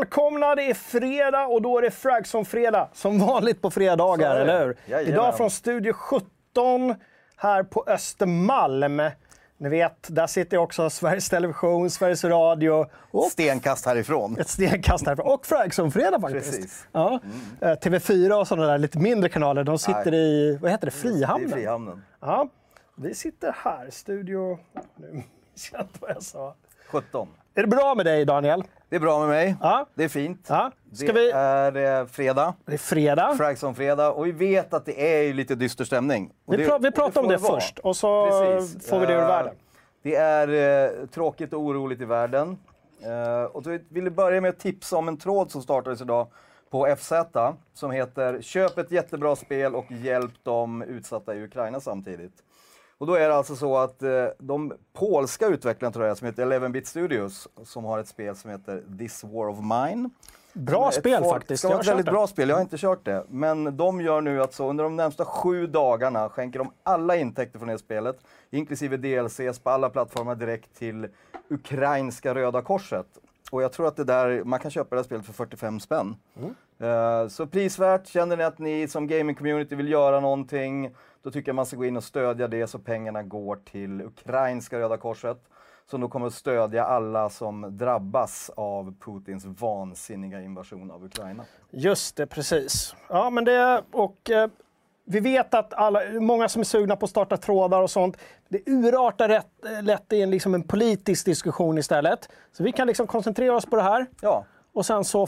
Välkomna, det är fredag och då är det Fragson-fredag. Som vanligt på fredagar, eller hur? Jajamän. Idag från Studio 17 här på Östermalm. Ni vet, där sitter också Sveriges Television, Sveriges Radio. Och stenkast härifrån. ett stenkast härifrån. Och Fragson-fredag faktiskt. Precis. Ja. TV4 och sådana där lite mindre kanaler, de sitter i, vad heter det, Frihamnen? Det är Frihamnen. Ja, vi sitter här, Studio... Nu minns jag inte vad jag sa. 17. Är det bra med dig, Daniel? Det är bra med mig. Ja. Det är fint. Ja. Det är fredag. Det är fredag. Fragson-fredag. Och vi vet att det är ju lite dyster stämning. Och Vi pratar om det först och så får vi det ur världen. Det är tråkigt och oroligt i världen. Och då vill jag börja med att tipsa om en tråd som startades idag på FZ som heter "Köp ett jättebra spel och hjälp de utsatta i Ukraina samtidigt". Och då är det alltså så att de polska utvecklarna, tror jag, som heter 11-bit Studios, som har ett spel som heter This War of Mine. Bra spel faktiskt. Det var ett väldigt bra spel, jag har inte kört det. Men de gör nu att så under de närmsta 7 dagarna skänker de alla intäkter från det spelet, inklusive DLCs på alla plattformar, direkt till ukrainska Röda Korset. Och jag tror att det där, man kan köpa det här spelet för 45 spänn. Så prisvärt. Känner ni att ni som gaming-community vill göra någonting, då tycker jag man ska gå in och stödja det så pengarna går till ukrainska Röda Korset, som då kommer att stödja alla som drabbas av Putins vansinniga invasion av Ukraina. Just det, precis. Ja, men det, och vi vet att många som är sugna på att starta trådar och sånt, det urartar lätt i en politisk diskussion istället. Så vi kan koncentrera oss på det här. Ja. Och sen så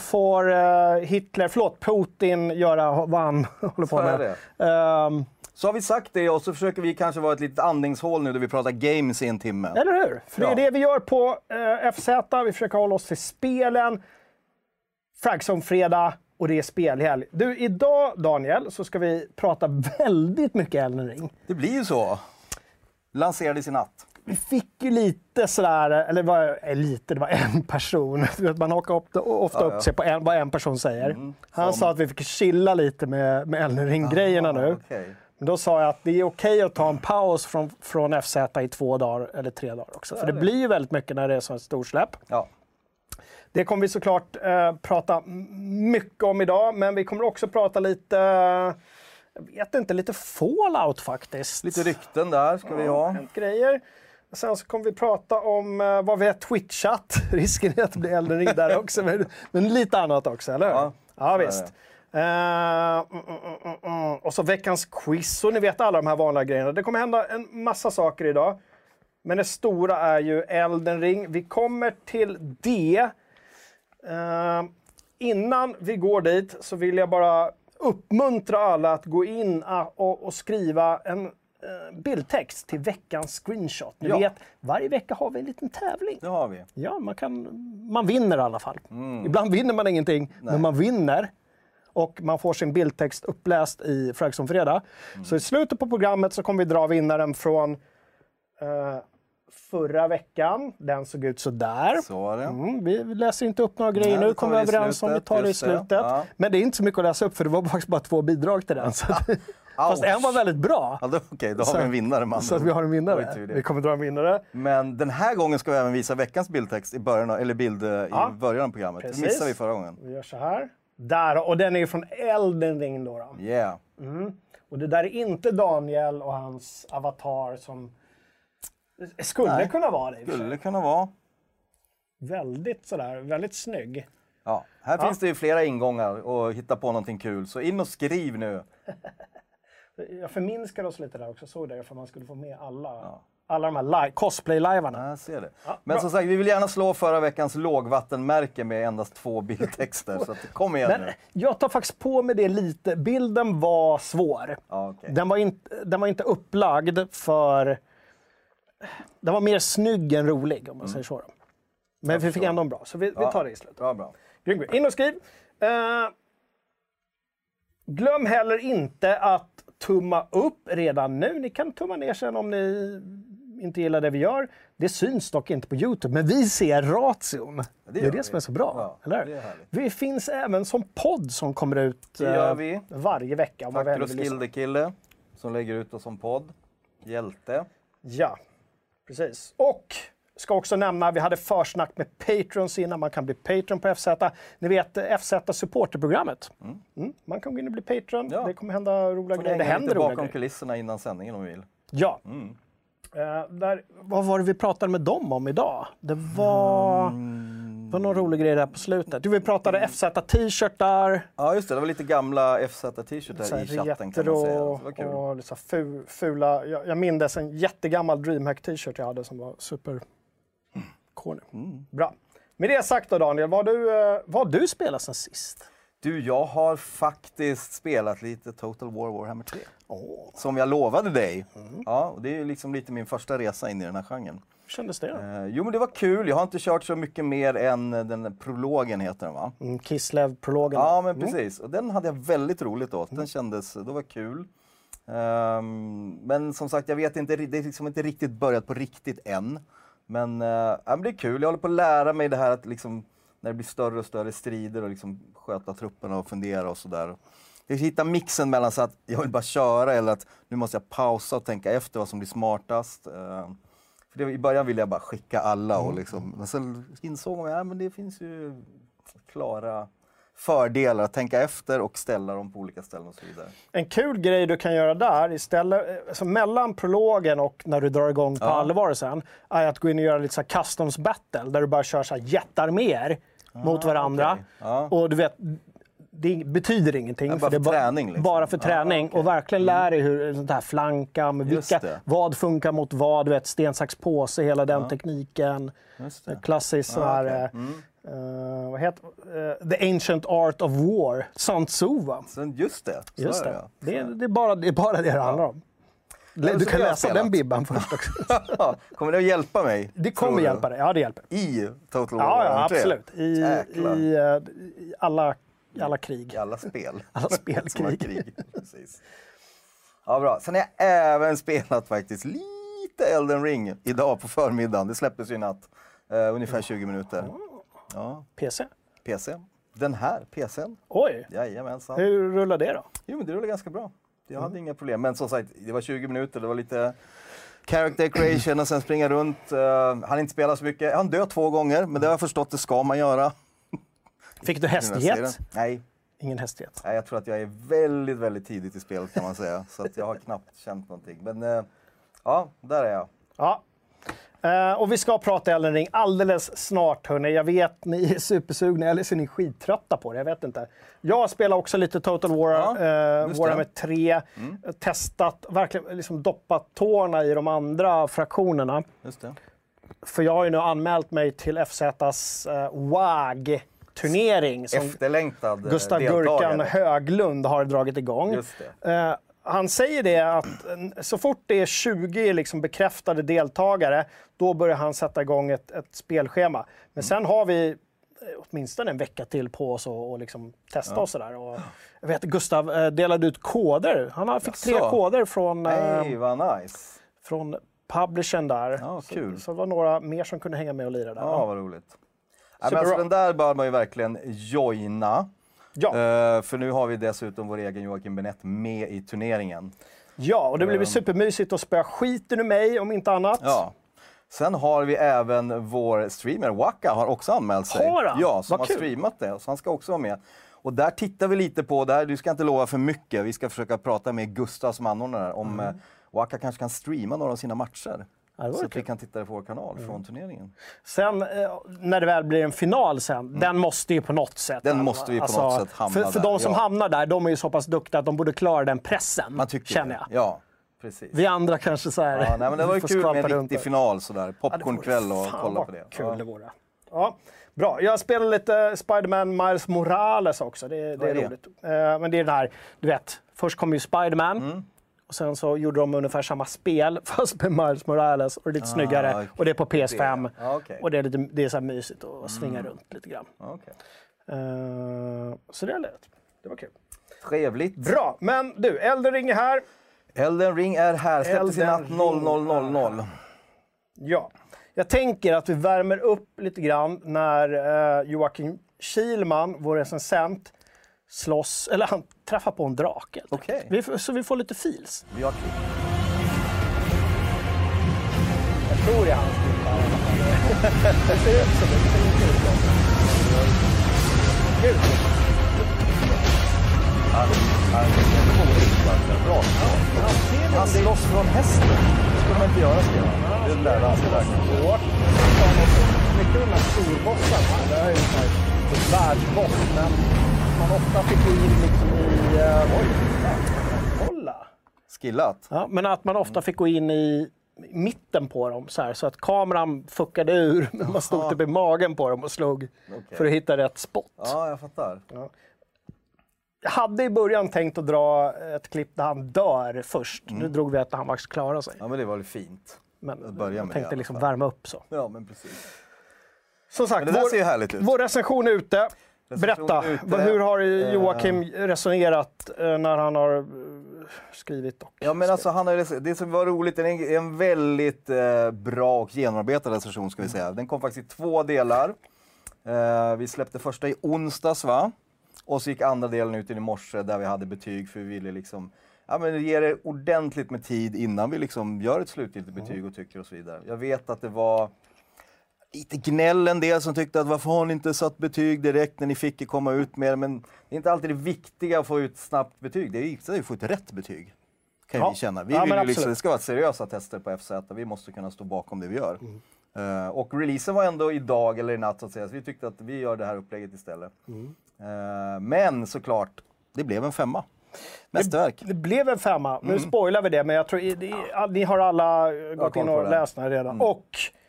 får Putin göra vad han håller på med. Så har vi sagt det, och så försöker vi kanske vara ett litet andningshål nu där vi pratar games i en timme. Eller hur? För det är det vi gör på FZ. Vi försöker hålla oss till spelen. Fragson-fredag och det är spelhelg. Du, idag Daniel, så ska vi prata väldigt mycket Elden Ring. Det blir ju så. Lanserades i natt. Vi fick ju lite sådär, eller det var en person. Man hakar ofta upp sig på vad en person säger. Han sa att vi fick chilla lite med Elden Ring-grejerna nu. Okay. Men då sa jag att det är okej att ta en paus från FZ i 2 dagar eller 3 dagar också. För det blir ju väldigt mycket när det är så ett storsläpp. Ja. Det kommer vi såklart prata mycket om idag, men vi kommer också prata lite, lite Fallout faktiskt. Lite rykten där ska vi ha. Grejer. Sen så kommer vi prata om vad vi har twitchat. Risken är att det blir Elden Ring där också, men lite annat också, eller hur? Ja visst. Och så veckans quiz, och ni vet alla de här vanliga grejerna. Det kommer hända en massa saker idag. Men det stora är ju Elden Ring. Vi kommer till det. Innan vi går dit så vill jag bara uppmuntra alla att gå in och skriva en bildtext till veckans screenshot. Ni vet, varje vecka har vi en liten tävling. Det har vi. Ja, man vinner i alla fall. Ibland vinner man ingenting, men man vinner. Och man får sin bildtext uppläst i Fragson-fredag. Så i slutet på programmet så kommer vi dra vinnaren från förra veckan. Den såg ut så där. Så var det. Vi läser inte upp några grejer nu, kommer vi överens om. Vi tar det i slutet. Ja. Men det är inte så mycket att läsa upp, för det var faktiskt bara 2 bidrag till den. Så fast en var väldigt bra. Ja, okej, då har vi en vinnare, man. Så att vi har en vinnare. Vi kommer dra en vinnare. Men den här gången ska vi även visa veckans bildtext i början av programmet. Precis. Det missade vi förra gången. Vi gör så här. Där, och den är ju från Elden Ring då. Yeah. Och det där är inte Daniel och hans avatar som skulle kunna vara det. Skulle kunna vara. Väldigt snygg. Ja, här finns det ju flera ingångar och hitta på någonting kul. Så in och skriv nu. Jag förminskade oss lite där också, så där, för man skulle få med alla de här cosplay-livarna. Jag ser det. Men som sagt, vi vill gärna slå förra veckans lågvattenmärke med endast 2 bildtexter. Så kom igen nu. Jag tar faktiskt på mig det lite. Bilden var svår. Okay. Den var inte upplagd för... Den var mer snygg än rolig, om man säger så. Men vi fick ändå en bra, så vi tar det i slutet. Bra. In och skriv. Glöm heller inte att tumma upp redan nu. Ni kan tumma ner sen om ni inte gillar det vi gör. Det syns dock inte på YouTube, men vi ser ration. Det är det som är så bra. Eller? Vi finns även som podd som kommer ut varje vecka. Tack och Skilde-kille som lägger ut oss som podd. Hjälte. Ja, precis. Och Ska också nämna, vi hade försnack med Patrons innan man kan bli Patron på FZ. Ni vet FZ-supporterprogrammet. Man kan gå in och bli Patron. Ja. Det kommer hända roliga grejer. Det händer roliga bakom kulisserna innan sändningen om vi vill. Ja. Vad var det vi pratade med dem om idag? Det var någon rolig grej där på slutet. Vi pratade FZ-t-shirtar. Ja, just det. Det var lite gamla FZ-t-shirtar i chatten kan man säga. Det var kul. Och liksom fula. Jag minns en jättegammal DreamHack-t-shirt jag hade som var super corny. Bra. Med det sagt då, Daniel, vad har du spelat sen sist? Du, jag har faktiskt spelat lite Total War Warhammer 3. Som jag lovade dig. Ja, och det är liksom lite min första resa in i den här genren. Hur kändes det då? Jo, men det var kul. Jag har inte kört så mycket mer än den prologen heter den, va? Kislev-prologen. Ja, men precis. Och den hade jag väldigt roligt åt. Den kändes, det var kul. Men som sagt, jag vet inte, det är liksom inte riktigt börjat på riktigt än. Men det är kul. Jag håller på att lära mig det här att liksom, när det blir större och större strider och liksom sköta trupperna och fundera och sådär. Jag hitta mixen mellan så att jag vill bara köra eller att nu måste jag pausa och tänka efter vad som blir smartast. För i början ville jag bara skicka alla och liksom, men sen insåg jag att det finns ju klara fördelar att tänka efter och ställa dem på olika ställen och så vidare. En kul grej du kan göra där istället, alltså mellan prologen och när du drar igång på allvar sen, är att gå in och göra lite så här customs battle där du bara kör så här jättarméer mot varandra. Okay. Och du vet, det betyder ingenting. För det är träning, liksom. Bara för träning. Okay. Och verkligen lär dig hur sånt här flanka, med vad funkar mot vad, du vet, sten, sax, påse, hela den tekniken. Klassiskt så här... vad heter The Ancient Art of War, Sun Tzu, va? Just det. Just det. Det är bara det handlar om. Du kan läsa den bibban först också. Kommer det att hjälpa mig? Det kommer hjälpa dig, ja det hjälper. I Total War? Ja, absolut. I alla krig. I alla spel. Alla spelkrig. Precis. Ja, bra. Sen har jag även spelat faktiskt lite Elden Ring idag på förmiddagen. Det släpptes ju i natt. Ungefär 20 minuter. Ja. PC? Den här PC:n. Oj! Jajamensan. Hur rullar det då? Jo, men det rullar ganska bra. Jag hade inga problem. Men som sagt, det var 20 minuter. Det var lite character creation och sen springa runt. Han inte spelat så mycket. Han död 2 gånger, men det har jag förstått, det ska man göra. Fick du hästighet? Nej. Ingen hästighet? Nej, jag tror att jag är väldigt, väldigt tidigt i spelet kan man säga. Så att jag har knappt känt någonting. Men ja, där är jag. Ja. Och vi ska prata Elden Ring alldeles snart, hörni. Jag vet, ni är supersugna, eller så är ni skittrötta på det, jag vet inte. Jag spelar också lite Total War, Warhammer 3. Testat, verkligen liksom doppat tårna i de andra fraktionerna. Just det. För jag har ju nu anmält mig till FZ:s WAG-turnering. Som efterlängtad Gustav Gurkan Höglund har dragit igång. Just det. Han säger det att så fort det är 20 liksom bekräftade deltagare, då börjar han sätta igång ett spelschema. Men sen har vi åtminstone en vecka till på oss och liksom testa och sådär. Och jag vet, Gustav delade ut koder. Han fick 3 koder från, vad nice. från publishern där. Ja, kul. Så det var några mer som kunde hänga med och lira där. Ja, vad roligt. Men alltså, den där bör man ju verkligen joina. Ja. För nu har vi dessutom vår egen Joakim Benett med i turneringen. Ja, och det blir supermysigt att spöa skiten ur mig om inte annat. Ja. Sen har vi även vår streamer, Waka, har också anmält sig. Ja, som har streamat det. Så han ska också vara med. Och där tittar vi lite på, du ska inte lova för mycket. Vi ska försöka prata med Gustav som anordnare om Waka kanske kan streama några av sina matcher. Så att vi kan titta på vår kanal från turneringen. Sen när det väl blir en final sen, den måste ju på något sätt. Den måste vi på något sätt hamna där. För de som hamnar där, de är ju så pass duktiga att de borde klara den pressen. Man tycker känner jag. Det. Ja, precis. Vi andra kanske så här. Ja, nej, men det var ju kul med en riktig final sådär. Popcornkväll och kolla på det. Kul det vore. Ja. Bra, jag spelar lite Spider-Man Miles Morales också. Det är roligt. Men det är det här, du vet, först kom ju Spider-Man. Och sen så gjorde de ungefär samma spel fast med Miles Morales och lite snyggare. Okay. Och det är på PS5. Och det är så här mysigt att svinga runt lite grann. Så det är lätt. Det var kul. Trevligt. Bra, men du, Elden Ring är här. Elden Ring är här. Släpptes i natt 00:00. Ja. Jag tänker att vi värmer upp lite grann när Joakim Kihlman, vår recensent, slåss, eller han träffar på en drake. Okay. Så vi får lite feels. Vi har klipp. Jag tror det är hans klipp. Det ser ut som det. Gud. Han slåss från hästen. Det skulle man inte göra, ska jag. Det lär han sig verkligen. Mycket av de här storbossarna, det är ju ett världsboss, men man ofta fick gå in liksom i... Kolla! Skillat. Ja, men att man ofta fick gå in i mitten på dem så att kameran fuckade ur när man stod typ i magen på dem och slog för att hitta rätt spot. Ja, jag fattar. Ja. Jag hade i början tänkt att dra ett klipp där han dör först. Nu drog vi att han faktiskt klarade sig. Ja, men det var väl fint. Men jag tänkte liksom värma upp så. Ja, men precis. Som sagt, det där ser ju härligt ut. Vår recension är ute. Berätta, hur har Joakim resonerat när han har skrivit? Ja, men alltså, det som var roligt är en väldigt bra och genomarbetad recension, ska vi säga. Den kom faktiskt i 2 delar. Vi släppte första i onsdags, va? Och så gick andra delen ut i morse där vi hade betyg, för vi ville liksom ge det ordentligt med tid innan vi liksom gör ett slutgiltigt betyg och tycker och så vidare. Jag vet att det var lite gnäll en del som tyckte att varför har ni inte satt betyg direkt när ni fick komma ut med det, men det är inte alltid det viktiga att få ut snabbt betyg, det är viktigt att få ett rätt betyg. Kan vi känna. Vi vill liksom, det ska vara seriösa tester på FZ, vi måste kunna stå bakom det vi gör. Och releasen var ändå idag eller i natt, så att säga, så vi tyckte att vi gör det här upplägget istället. Men såklart, det blev en 5. Mästerverk. Det blev en 5. Nu spoilar vi det, men jag tror ni har alla gått in och läst den här redan. Och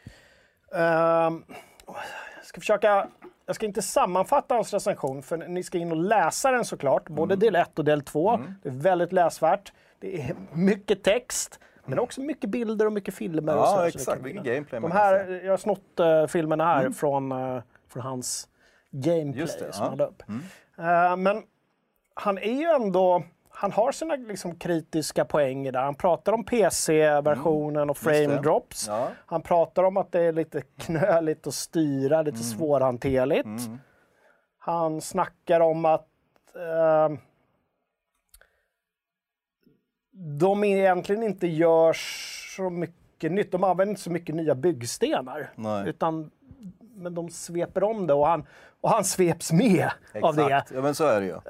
jag ska inte sammanfatta hans recension, för ni ska in och läsa den såklart. Både del 1 och del 2. Det är väldigt läsvärt. Det är mycket text. Men också mycket bilder och mycket filmer. Ja, och så exakt. Mycket gameplay. Jag har snott filmerna här från hans gameplay som han hade upp. Men han är ju ändå... Han har sina liksom kritiska poänger där. Han pratar om PC-versionen och frame drops. Ja. Han pratar om att det är lite knöligt att styra, lite svårhanterligt. Han snackar om att de egentligen inte gör så mycket nytt. De använder inte så mycket nya byggstenar. Men de sveper om det och han sveps med av det. Ja, men så är det ju.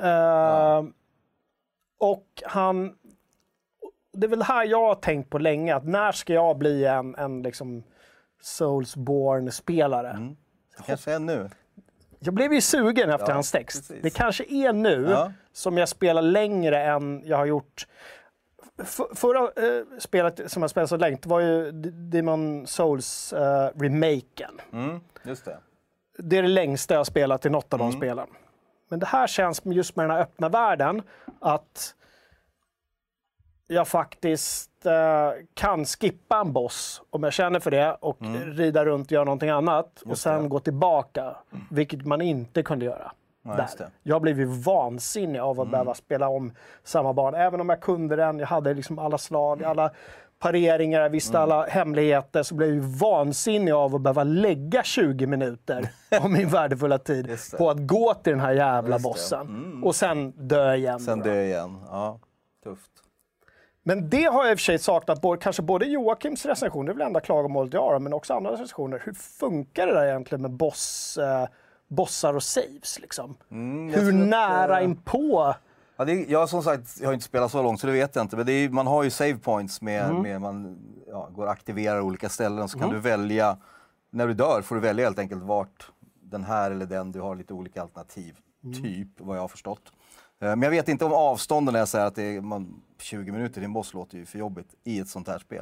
Och det är väl här jag har tänkt på länge, att när ska jag bli en liksom Soulsborne-spelare? Kanske är nu. Jag blev ju sugen efter hans text. Precis. Det kanske är nu som jag spelar längre än jag har gjort. Förra spelet som jag spelade så länge var ju Demon Souls remaken. Just det. Det är det längsta jag har spelat i något av de spelen. Men det här känns just med den här öppna världen att jag faktiskt kan skippa en boss om jag känner för det och rida runt och göra någonting annat och sen gå tillbaka, vilket man inte kunde göra. Jag blev ju vansinnig av att behöva spela om samma bana, även om jag kunde den, jag hade liksom alla slag, alla pareringar, jag visste alla hemligheter, så blev jag ju vansinnig av att behöva lägga 20 minuter av min värdefulla tid på att gå till den här jävla bossen. Och sen dö igen. Ja, tufft. Men det har jag i och för sig saknat, kanske både Joakims recension, det är väl enda klagomålet jag har, men också andra recensioner. Hur funkar det där egentligen med bossar och saves liksom? Hur nära inpå? Ja, jag som sagt, jag har inte spelat så långt så det vet jag inte, men man har ju save points med man går och aktiverar olika ställen, så kan du välja, när du dör får du välja helt enkelt vart den här eller den, du har lite olika alternativ, typ vad jag har förstått. Men jag vet inte om avstånden är så här att det är 20 minuter till en boss låter ju för jobbigt i ett sånt här spel.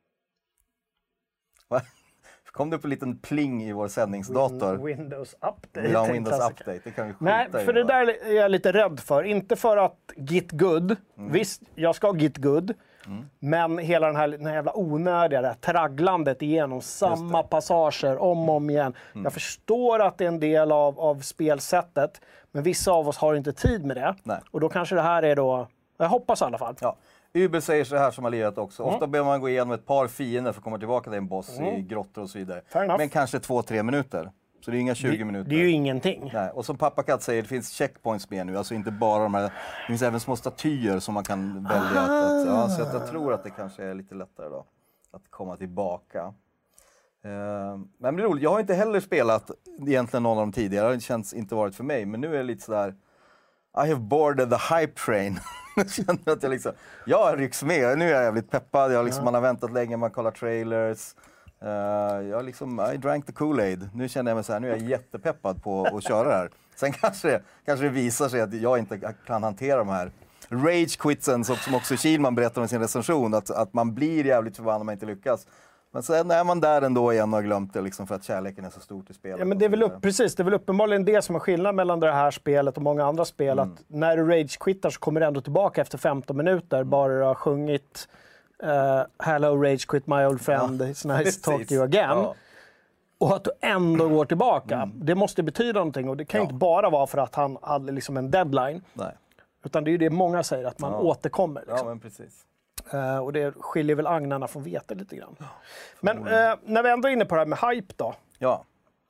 Kom det upp en liten pling i vår sändningsdator? Windows Update. Ja, Windows Update. Det kan vi skita. Nej, för det där är jag lite rädd för. Inte för att git good. Visst, jag ska git good. Men hela den här jävla onödiga där, tragglandet igenom samma passager om och om igen. Jag förstår att det är en del av spelsättet. Men vissa av oss har inte tid med det. Nej. Och då kanske det här är då... Jag hoppas i alla fall. Ja. Uber säger så här som har lirat också. Ofta behöver man gå igenom ett par fiender för att komma tillbaka till en boss i grottor och så vidare. Men kanske 2-3 minuter. Så det är inga 20 minuter. Det är ju ingenting. Nej. Och som pappa Katt säger, det finns checkpoints med nu. Alltså inte bara de här, det finns även små statyer som man kan välja. Så jag tror att det kanske är lite lättare då att komma tillbaka. Men det är roligt, jag har inte heller spelat egentligen någon av dem tidigare, det känns inte varit för mig, men nu är det lite sådär I have boarded the hype train. Jag känner att jag rycks med, nu är jag jävligt peppad, man har väntat länge, man kollar trailers. I drank the Kool-Aid. Nu känner jag mig så här, nu är jag jättepeppad på att köra det här. Sen kanske det visar sig att jag inte kan hantera de här rage-quitsen som också Kihlman berättar om i sin recension, att man blir jävligt förbannad om man inte lyckas. Men sen är man där ändå igen och har glömt det för att kärleken är så stort i spelet. Ja, men det är väl uppenbarligen det som är skillnad mellan det här spelet och många andra spel. Att när du rage-quittar så kommer du ändå tillbaka efter 15 minuter, bara du har sjungit Hello Rage Quit My Old Friend, It's Nice to Talk to You Again. Ja. Och att du ändå går tillbaka. Det måste betyda någonting, och det kan ju inte bara vara för att han hade en deadline. Nej. Utan det är ju det många säger, att man återkommer. Ja, men precis. Och det skiljer väl agnarna från vete lite grann. Men när vi ändå är inne på det här med hype då. Ja.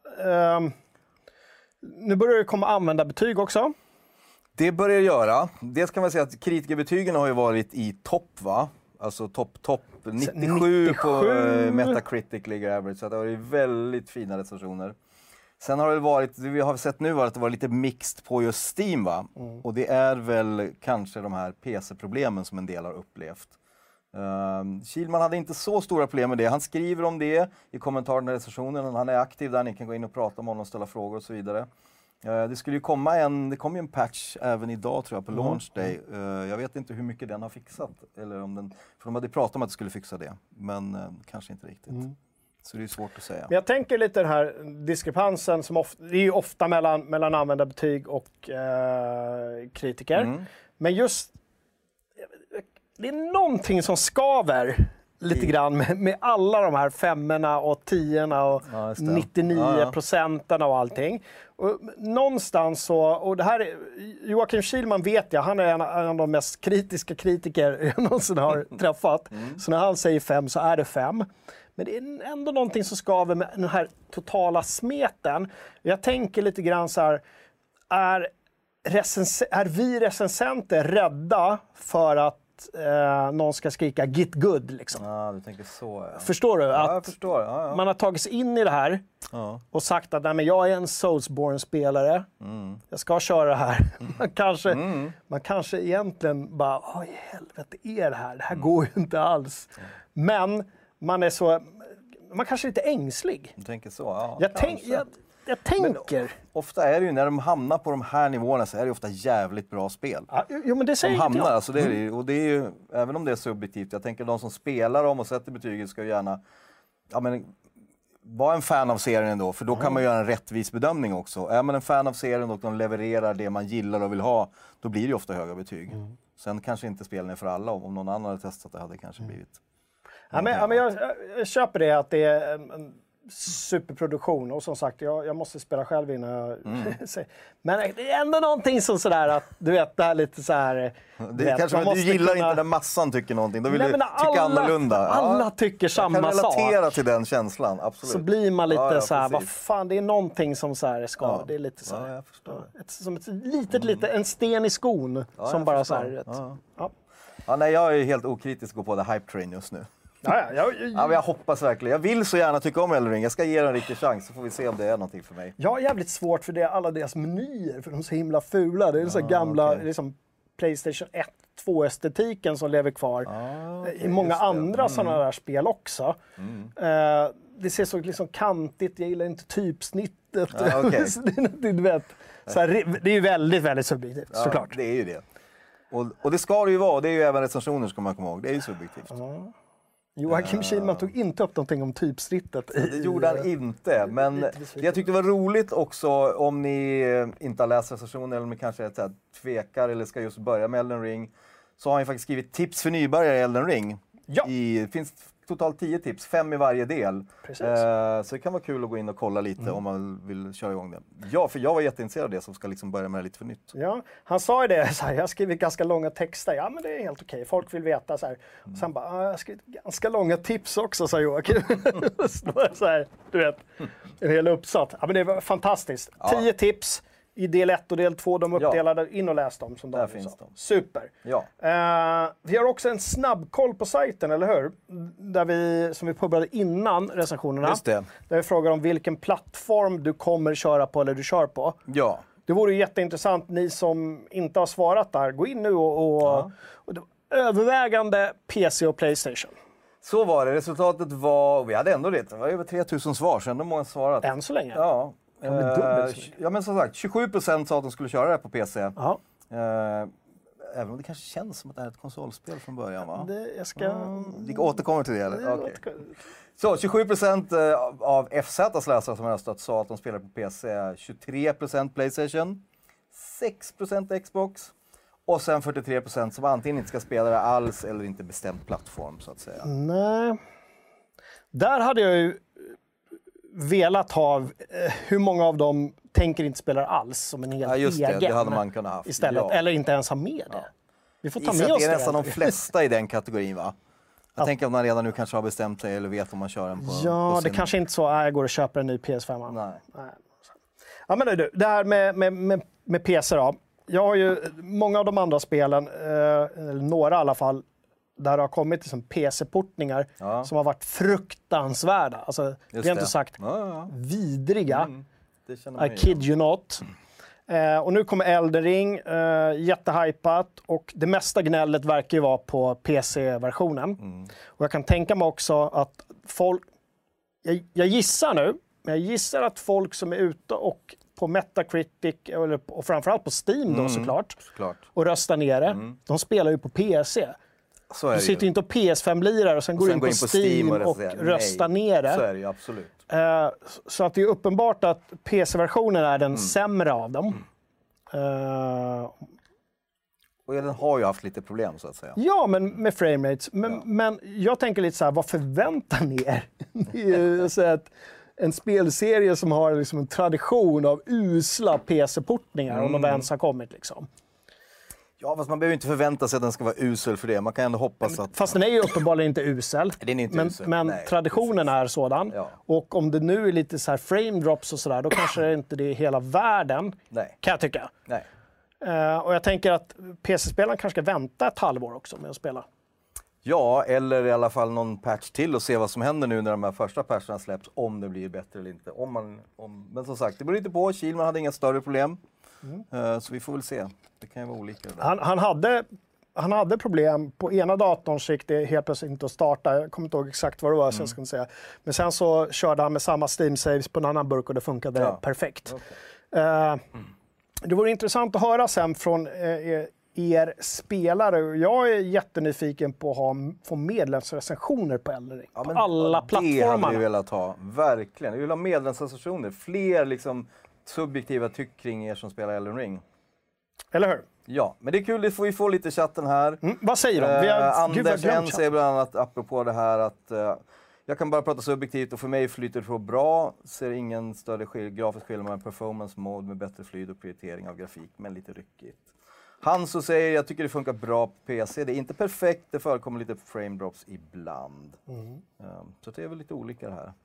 Nu börjar det komma användarbetyg också. Det börjar göra. Det kan man säga att kritikerbetygen har ju varit i topp, va? Alltså topp 97 på Metacritic ligger average, så det har varit väldigt fina recensioner. Sen har det varit, det vi har sett nu var att det var lite mixed på just Steam, va? Och det är väl kanske de här PC-problemen som en del har upplevt. Kihlman hade inte så stora problem med det. Han skriver om det i kommentarerna i recensionen. Han är aktiv där, ni kan gå in och prata om honom och ställa frågor och så vidare. Det skulle ju komma det kom ju en patch även idag tror jag på launch day. Jag vet inte hur mycket den har fixat. Eller om för de hade pratat om att det skulle fixa det. Men kanske inte riktigt. Så det är svårt att säga. Men jag tänker lite den här diskrepansen som det är ju ofta mellan användarbetyg och kritiker. Men just det är någonting som skaver lite grann med alla de här 5:orna och 10:orna och 99% och allting. Och någonstans så, och det här Joakim Kihlman vet jag, han är en av de mest kritiska kritiker jag någonsin har träffat. Så när han säger 5 så är det 5. Men det är ändå någonting som skaver med den här totala smeten. Jag tänker lite grann så här, är vi recensenter rädda för att någon ska skrika get good liksom? Ja, du tänker så. Ja. Förstår du? Ja, jag förstår. Ja. Man har tagit sig in i det här och sagt att nej, men jag är en Soulsborne-spelare. Jag ska köra det här. Man kanske egentligen bara, oj helvete är det här? Det här går ju inte alls. Men man kanske är lite ängslig. Du tänker så? Ja, jag tänker. Men ofta är det ju när de hamnar på de här nivåerna så är det ofta jävligt bra spel. Jo, men det säger de hamnar, alltså det är det, och det är ju, även om det är subjektivt, jag tänker de som spelar dem och sätter betyget ska ju gärna vara en fan av serien ändå, för då kan man göra en rättvis bedömning också. Är man en fan av serien och de levererar det man gillar och vill ha, då blir det ju ofta höga betyg. Sen kanske inte spelen är för alla, om någon annan hade testat det hade kanske blivit. Ja, men jag köper det att det är en superproduktion, och som sagt jag måste spela själv innan jag men det är ändå någonting som sådär att du vet det här lite så här. Det kanske du gillar inte när massan tycker någonting, då vill du tycka annorlunda. Alla tycker samma sak. Jag kan relatera till den känslan, absolut. Så blir man lite så här, vad fan, det är någonting som så här ska, det är lite så här. Ja, jag förstår. Som ett litet en sten i skon som bara så här. Nej, jag är helt okritisk på the hype train just nu. Jag hoppas verkligen. Jag vill så gärna tycka om Elden Ring. Jag ska ge den en riktig chans, så får vi se om det är någonting för mig. Jag har jävligt svårt för det, alla deras menyer, för de är så himla fula. Det är så gamla, liksom PlayStation 1, 2-estetiken som lever kvar. I många andra sådana där spel också. Det ser så liksom kantigt, jag gillar inte typsnittet. Du vet, så här, det är ju väldigt, väldigt subjektivt, såklart. Det är ju det. Och det ska det ju vara, det är ju även recensioner ska man komma ihåg. Det är ju subjektivt. Joakim Kihlman tog inte upp någonting om typsnittet. Det gjorde han inte, men jag tyckte det var roligt också, om ni inte har läst recensionen eller om ni kanske tvekar eller ska just börja med Elden Ring, så har han faktiskt skrivit tips för nybörjare i Elden Ring. Det finns totalt 10 tips, 5 i varje del. Så det kan vara kul att gå in och kolla lite om man vill köra igång det. Ja, för jag var jätteintresserad av det som ska liksom börja med det lite för nytt. Ja, han sa ju det, så här, jag har skrivit ganska långa texter. Ja, men det är helt okej. Folk vill veta så här. Och sen bara, jag har skrivit ganska långa tips också, sa Joakim. Så här, du vet, en hel uppsatt. Ja, men det var fantastiskt. 10 tips. i del 1 och del 2, de uppdelade, in och läs dem som där finns de. Super. Ja. Vi har också en snabbkoll på sajten, eller hur? Som vi påbörjade innan recensionerna. Just det. Där vi frågar om vilken plattform du kommer köra på eller du kör på. Ja. Det vore ju jätteintressant, ni som inte har svarat där, gå in nu och övervägande PC och PlayStation. Så var det. Resultatet var, vi hade ändå det var över 3000 svar, så ändå många svarat. Än så länge? Ja. Kan bli dubbelt så. Ja, men som sagt, 27% sa att de skulle köra det här på PC. Ja. Även om det kanske känns som att det är ett konsolspel från början, va? Vi återkommer till det, eller? Okay. Så 27% av FZs läsare som röstat sa att de spelar på PC, 23% PlayStation, 6% Xbox och sen 43% som antingen inte ska spela det alls eller inte bestämt plattform, så att säga. Nej. Där hade jag ju velat ha hur många av dem tänker inte spela alls som en helt egen. Det hade man kunnat haft. Istället, eller inte ens ha med det. Vi får ta med oss det. Det är nästan de flesta i den kategorin, va? Jag tänker om man redan nu kanske har bestämt sig eller vet om man kör den på... Ja, på det kanske inte så jag går och köper en ny PS5. Nej. Ja, men du, det här med PC då. Jag har ju många av de andra spelen, eller några i alla fall, där det har kommit liksom PC-portningar som har varit fruktansvärda. Alltså, det har inte sagt vidriga. I kid you not. Och nu kommer Elden Ring, jättehypat, och det mesta gnället verkar ju vara på PC-versionen. Och jag kan tänka mig också att folk, jag gissar nu, men jag gissar att folk som är ute och på Metacritic, och framförallt på Steam då såklart, och röstar ner det, de spelar ju på PC. Du sitter ju inte och PS5-lirar och sen går in på Steam och röstar ner det. Så är det ju absolut. Så att det är uppenbart att PC-versionen är den sämre av dem. Och den har ju haft lite problem, så att säga. Ja, men med framerates. Men jag tänker lite så här, vad förväntar ni er? Det är ju så att en spelserie som har liksom en tradition av usla PC-portningar, om de ens har kommit liksom. Ja, fast man behöver inte förvänta sig att den ska vara usel för det. Man kan ändå hoppas att... Fast den är ju uppenbarligen inte usel. Den är inte usel. Men traditionen är sådan. Ja. Och om det nu är lite så här frame drops och sådär, då kanske det inte är hela världen. Nej. Kan jag tycka. Nej. Och jag tänker att PC-spelaren kanske ska vänta ett halvår också med att spela. Ja, eller i alla fall någon patch till och se vad som händer nu när de här första patcherna släpps. Om det blir bättre eller inte. Men som sagt, det beror inte på. Kilman hade inga större problem. Så vi får väl se. Det kan ju vara olika. Han hade problem på ena datorn, så gick det helt plötsligt inte att starta. Jag kommer inte ihåg exakt vad det var, så jag ska inte säga. Men sen så körde han med samma Steam Saves på en annan burk och det funkade perfekt. Okay. Det vore intressant att höra sen från er spelare. Jag är jättenyfiken på att få medlemsrecensioner på Elden Ring. På alla plattformar. Det hade vi velat ha, verkligen. Vi vill ha medlemsrecensioner. Fler liksom subjektiva tyck kring er som spelar Elden Ring. Eller hur? Ja, men det är kul, det får vi få lite chatten här. Vad säger de? Anders N säger bland annat, apropå det här, att jag kan bara prata subjektivt och för mig flyter det så bra. Ser ingen större grafisk skillnad mellan performance mode med bättre flyt och prioritering av grafik, men lite ryckigt. Hanso säger, jag tycker det funkar bra på PC. Det är inte perfekt, det förekommer lite frame drops ibland. Så det är väl lite olika det här.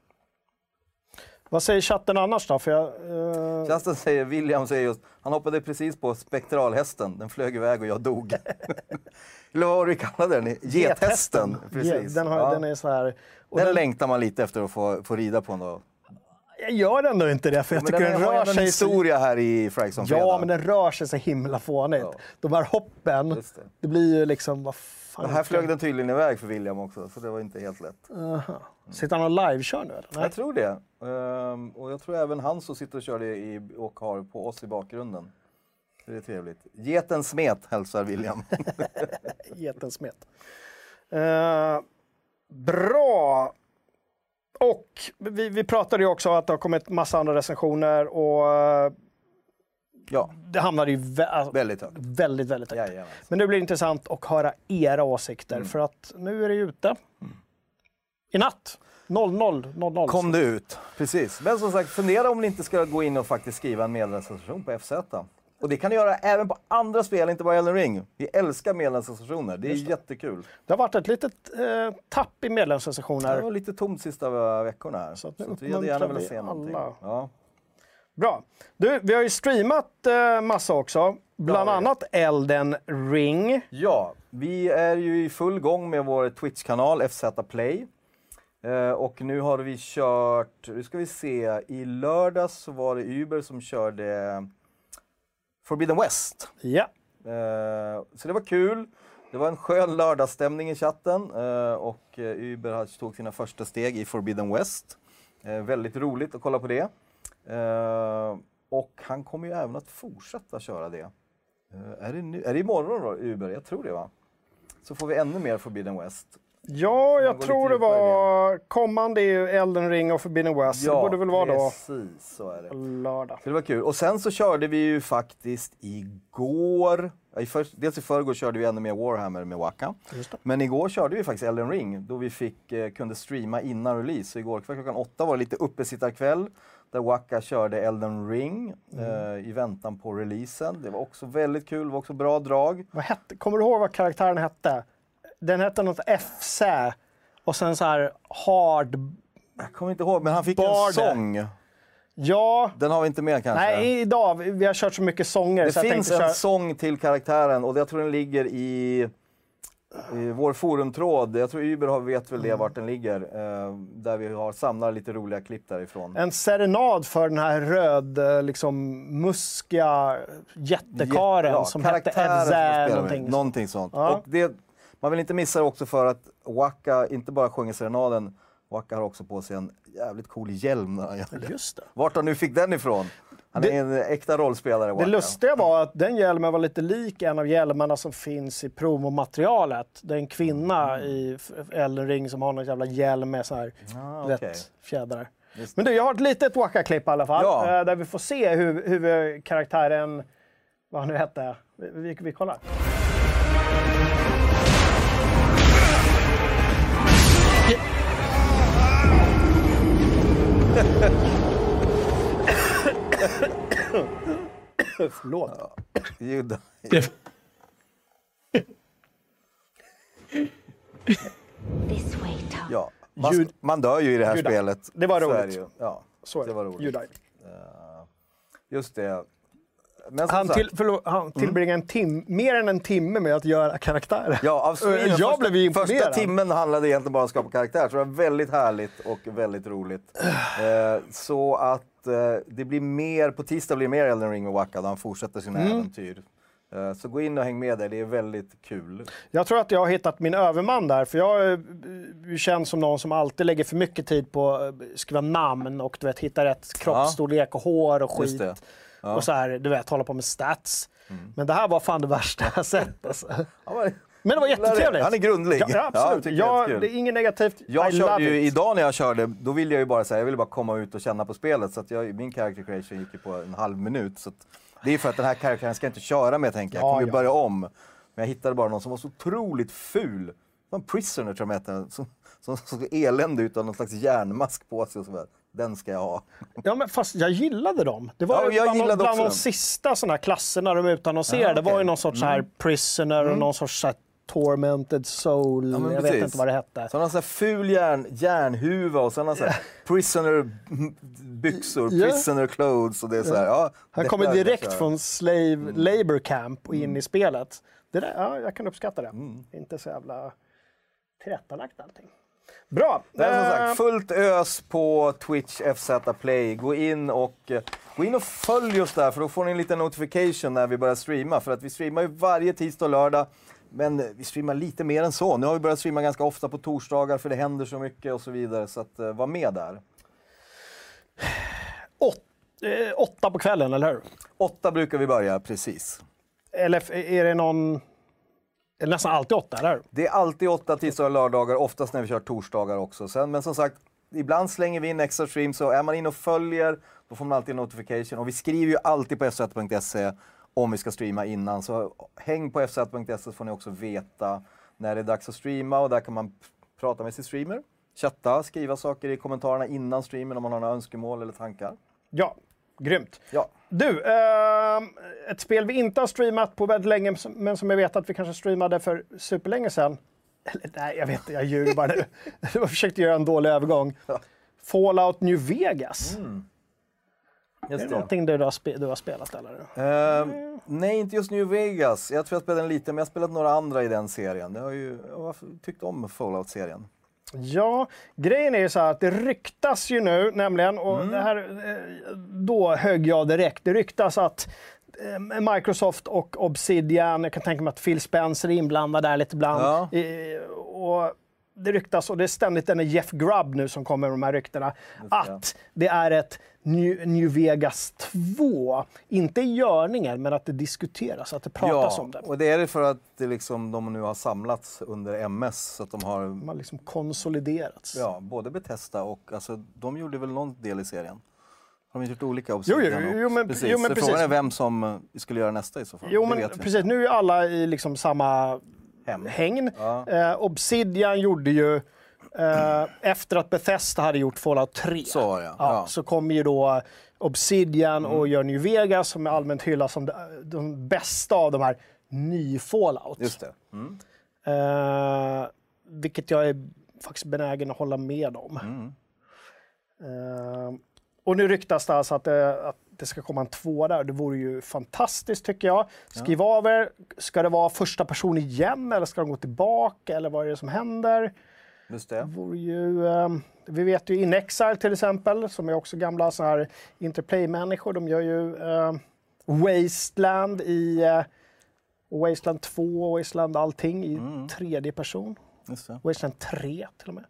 Vad säger chatten annars då? Chatten säger, William säger just, han hoppade precis på spektralhästen, den flög iväg och jag dog. Eller vad du kallade den? Gethästen. Precis. Den är så här. Och den längtar man lite efter att få rida på ändå. Jag gör ändå inte det, för jag tycker den rör sig... historia här i Fragsson Fredag. Ja, men den rör sig så himla fånigt. Ja. De här hoppen, det blir ju liksom... Vad fan, här flög den tydligen iväg för William också, så det var inte helt lätt. Sitter han och livekör nu? Eller? Nej. Jag tror det. Och jag tror även han som sitter och kör det och har på oss i bakgrunden. Det är trevligt. Geten smet, hälsar William. Geten smet. Bra! Och vi pratade ju också om att det har kommit massa andra recensioner och det hamnade ju väldigt högt. Väldigt högt. Men nu blir det intressant att höra era åsikter för att nu är det ute. I natt. 00.00. Kom det ut, precis. Men som sagt, fundera om ni inte ska gå in och faktiskt skriva en medlemsrecension på FZ. Och det kan ni göra även på andra spel, inte bara Elden Ring. Vi älskar medlemsrecensioner, det är jättekul. Det har varit ett litet tapp i medlemsrecensioner. Det var lite tomt sista veckorna här. Så vi hade gärna velat se någonting. Ja. Bra. Du, vi har ju streamat massa också. Bland annat Elden Ring. Ja, vi är ju i full gång med vår Twitch-kanal FZ Play. Och nu har vi kört, nu ska vi se, i lördags så var det Uber som körde Forbidden West. Ja. Så det var kul. Det var en skön lördagsstämning i chatten och Uber tog sina första steg i Forbidden West. Väldigt roligt att kolla på det. Och han kommer ju även att fortsätta köra det. Är det imorgon då, Uber? Jag tror det, va? Så får vi ännu mer Forbidden West. Ja, jag tror det var kommande är ju Elden Ring och Forbidden West. Ja, det borde väl vara då. Precis, så är det. Lördag. Så det var kul. Och sen så körde vi ju faktiskt igår. Dels i förrgår körde vi ännu mer Warhammer med Waka. Men igår körde vi faktiskt Elden Ring då vi kunde streama innan release. Så igår kväll klockan 8 var det lite uppesittarkväll där Waka körde Elden Ring i väntan på releasen. Det var också väldigt kul, det var också bra drag. Kommer du ihåg vad karaktären hette? Den hette något FC och sen så här hard... Jag kommer inte ihåg, men han fick en sång. Ja. Den har vi inte med kanske. Nej, idag. Vi har kört så mycket sånger. Det så finns en sång till karaktären och jag tror den ligger i vår forumtråd. Jag tror Uber vet väl det vart den ligger. Där vi har samlat lite roliga klipp därifrån. En serenad för den här röd, liksom muskiga jättekaren som hette Evzä. Någonting sånt. Ja. Och man vill inte missa det också för att Waka inte bara sjunger serenaden. Waka har också på sig en jävligt cool hjälm. Just det. Vart han nu fick den ifrån? Han är en äkta rollspelare. Waka. Det lustiga var att den hjälmen var lite lik en av hjälmarna som finns i promomaterialet. Det är en kvinna i Elden Ring som har någon jävla hjälm med så här fjädrar. Men du, jag har ett litet Waka-klipp i alla fall. Där vi får se hur karaktären, vad han nu hette, vi kollar. Förlåt. Ja, man dör ju i det här spelet. Det var roligt. Ja, det var roligt. Just det. Men han tillbringade mer än en timme med att göra karaktärer. Ja, jag blev imponerad. Första timmen handlade egentligen bara om att skapa karaktär. Så det var väldigt härligt och väldigt roligt. Så att det blir mer, på tisdag blir mer Elden Ring och Waka då han fortsätter sina äventyr. Så gå in och häng med där, det är väldigt kul. Jag tror att jag har hittat min överman där, för jag känns som någon som alltid lägger för mycket tid på att skriva namn och du vet, hitta rätt kroppsstorlek och hår och skit. Och så här, du vet, hålla på med stats. Men det här var fan det värsta jag sett. Alltså. Men det var jättetrevligt. Han är grundlig. Ja, absolut. Det är inget negativt. Jag körde ju idag när jag körde, då ville jag ju bara säga, jag ville bara komma ut och känna på spelet. Så att min character creation gick ju på en halv minut. Så att det är för att den här karaktären ska inte köra med, tänker jag. Jag kommer ju börja om. Men jag hittade bara någon som var så otroligt ful. Det var en prisoner tror jag hette. Som såg eländig ut av någon slags järnmask på sig och så. Den ska jag ha. Ja, men fast jag gillade dem. Det var bland de sista såna här klasserna de utannonserade. Det var ju någon sorts så här prisoner och någon sorts så här tormented soul. Jag vet inte vad det hette. Sådana så här ful järnhuva och sådana så här prisoner byxor, prisoner clothes och det är så här. Han kommer direkt från slave labor camp och in i spelet. Det där, jag kan uppskatta det. Inte så jävla tillrättalagt allting. Bra! Men som sagt, fullt ös på Twitch FZ Play. Gå in och följ oss där, för då får ni en liten notification när vi börjar streama. För att vi streamar ju varje tisdag och lördag, men vi streamar lite mer än så. Nu har vi börjat streama ganska ofta på torsdagar för det händer så mycket och så vidare. Så att var med där. 8 på kvällen, eller hur? 8 brukar vi börja, precis. Eller är det någon... Eller nästan alltid 8, eller? Det är alltid 8 tisdagar och lördagar, oftast när vi kör torsdagar också. Men som sagt, ibland slänger vi in extra stream, så är man in och följer, då får man alltid en notification. Och vi skriver ju alltid på f1.se om vi ska streama innan. Så häng på f1.se så får ni också veta när det är dags att streama. Och där kan man prata med sin streamer, chatta, skriva saker i kommentarerna innan streamen om man har några önskemål eller tankar. Ja, grymt. Ja. Du, ett spel vi inte har streamat på väldigt länge, men som jag vet att vi kanske streamade för superlänge sedan. Eller nej, jag vet inte, jag ljuger bara nu. Jag försökte göra en dålig övergång. Fallout New Vegas. Är det någonting du har spelat eller? Nej, inte just New Vegas. Jag tror jag spelade den lite, men jag har spelat några andra i den serien. Jag har tyckt om Fallout-serien. Ja, grejen är ju så här att det ryktas ju nu nämligen, och det här, då högg jag direkt. Det ryktas att Microsoft och Obsidian, jag kan tänka mig att Phil Spencer är inblandad där lite ibland. Ja. Och det ryktas, och det är ständigt den Jeff Grubb nu som kommer med de här ryktena, att det är ett New Vegas 2. Inte i görningen, men att det diskuteras, att det pratas om det. Och det är det för att det liksom, de nu har samlats under MS, så att de har liksom konsoliderats. Ja, både Bethesda och, alltså, de gjorde väl någon del i serien. De har gjort olika Obsidian. Jo, men precis. Frågan är vem som skulle göra nästa i så fall. Jo, men precis. Nu är alla i liksom samma hängn. Ja. Obsidian gjorde ju, efter att Bethesda hade gjort Fallout 3, så kom ju då Obsidian och gör New Vegas, som är allmänt hyllas som de bästa av de här ny Fallout. Just det. Vilket jag är faktiskt benägen att hålla med om. Och nu ryktas det alltså att det ska komma en 2 där. Det vore ju fantastiskt tycker jag. Skriv av er. Ska det vara första person igen eller ska de gå tillbaka? Eller vad är det som händer? Just det. Vore ju, vi vet ju In Exile till exempel, som är också gamla så här Interplay-människor. De gör ju Wasteland i Wasteland 2, Wasteland allting i tredje person. Just det. Wasteland 3 till och med.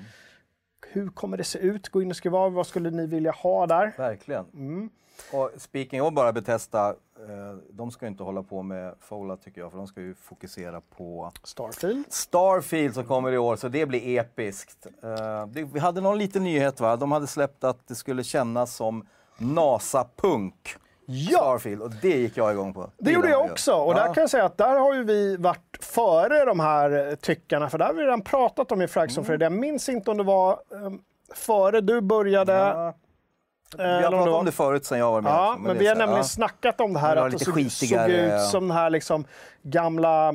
Hur kommer det se ut? Gå in och skriva av, vad skulle ni vilja ha där? Verkligen. Och speaking of bara Bethesda, de ska inte hålla på med Fallout tycker jag, för de ska ju fokusera på Starfield som kommer i år, så det blir episkt. Vi hade någon liten nyhet, va? De hade släppt att det skulle kännas som NASA-punk. Starfield, och det gick jag igång på. Det gjorde jag också, och där kan jag säga att där har ju vi varit före de här tyckarna, för där har vi redan pratat om i Frags on Friday. Jag minns inte om det var före du började. Vi har pratat om det förut sen jag var med. Ja, men vi har nämligen snackat om det här, att det såg ut som det här liksom gamla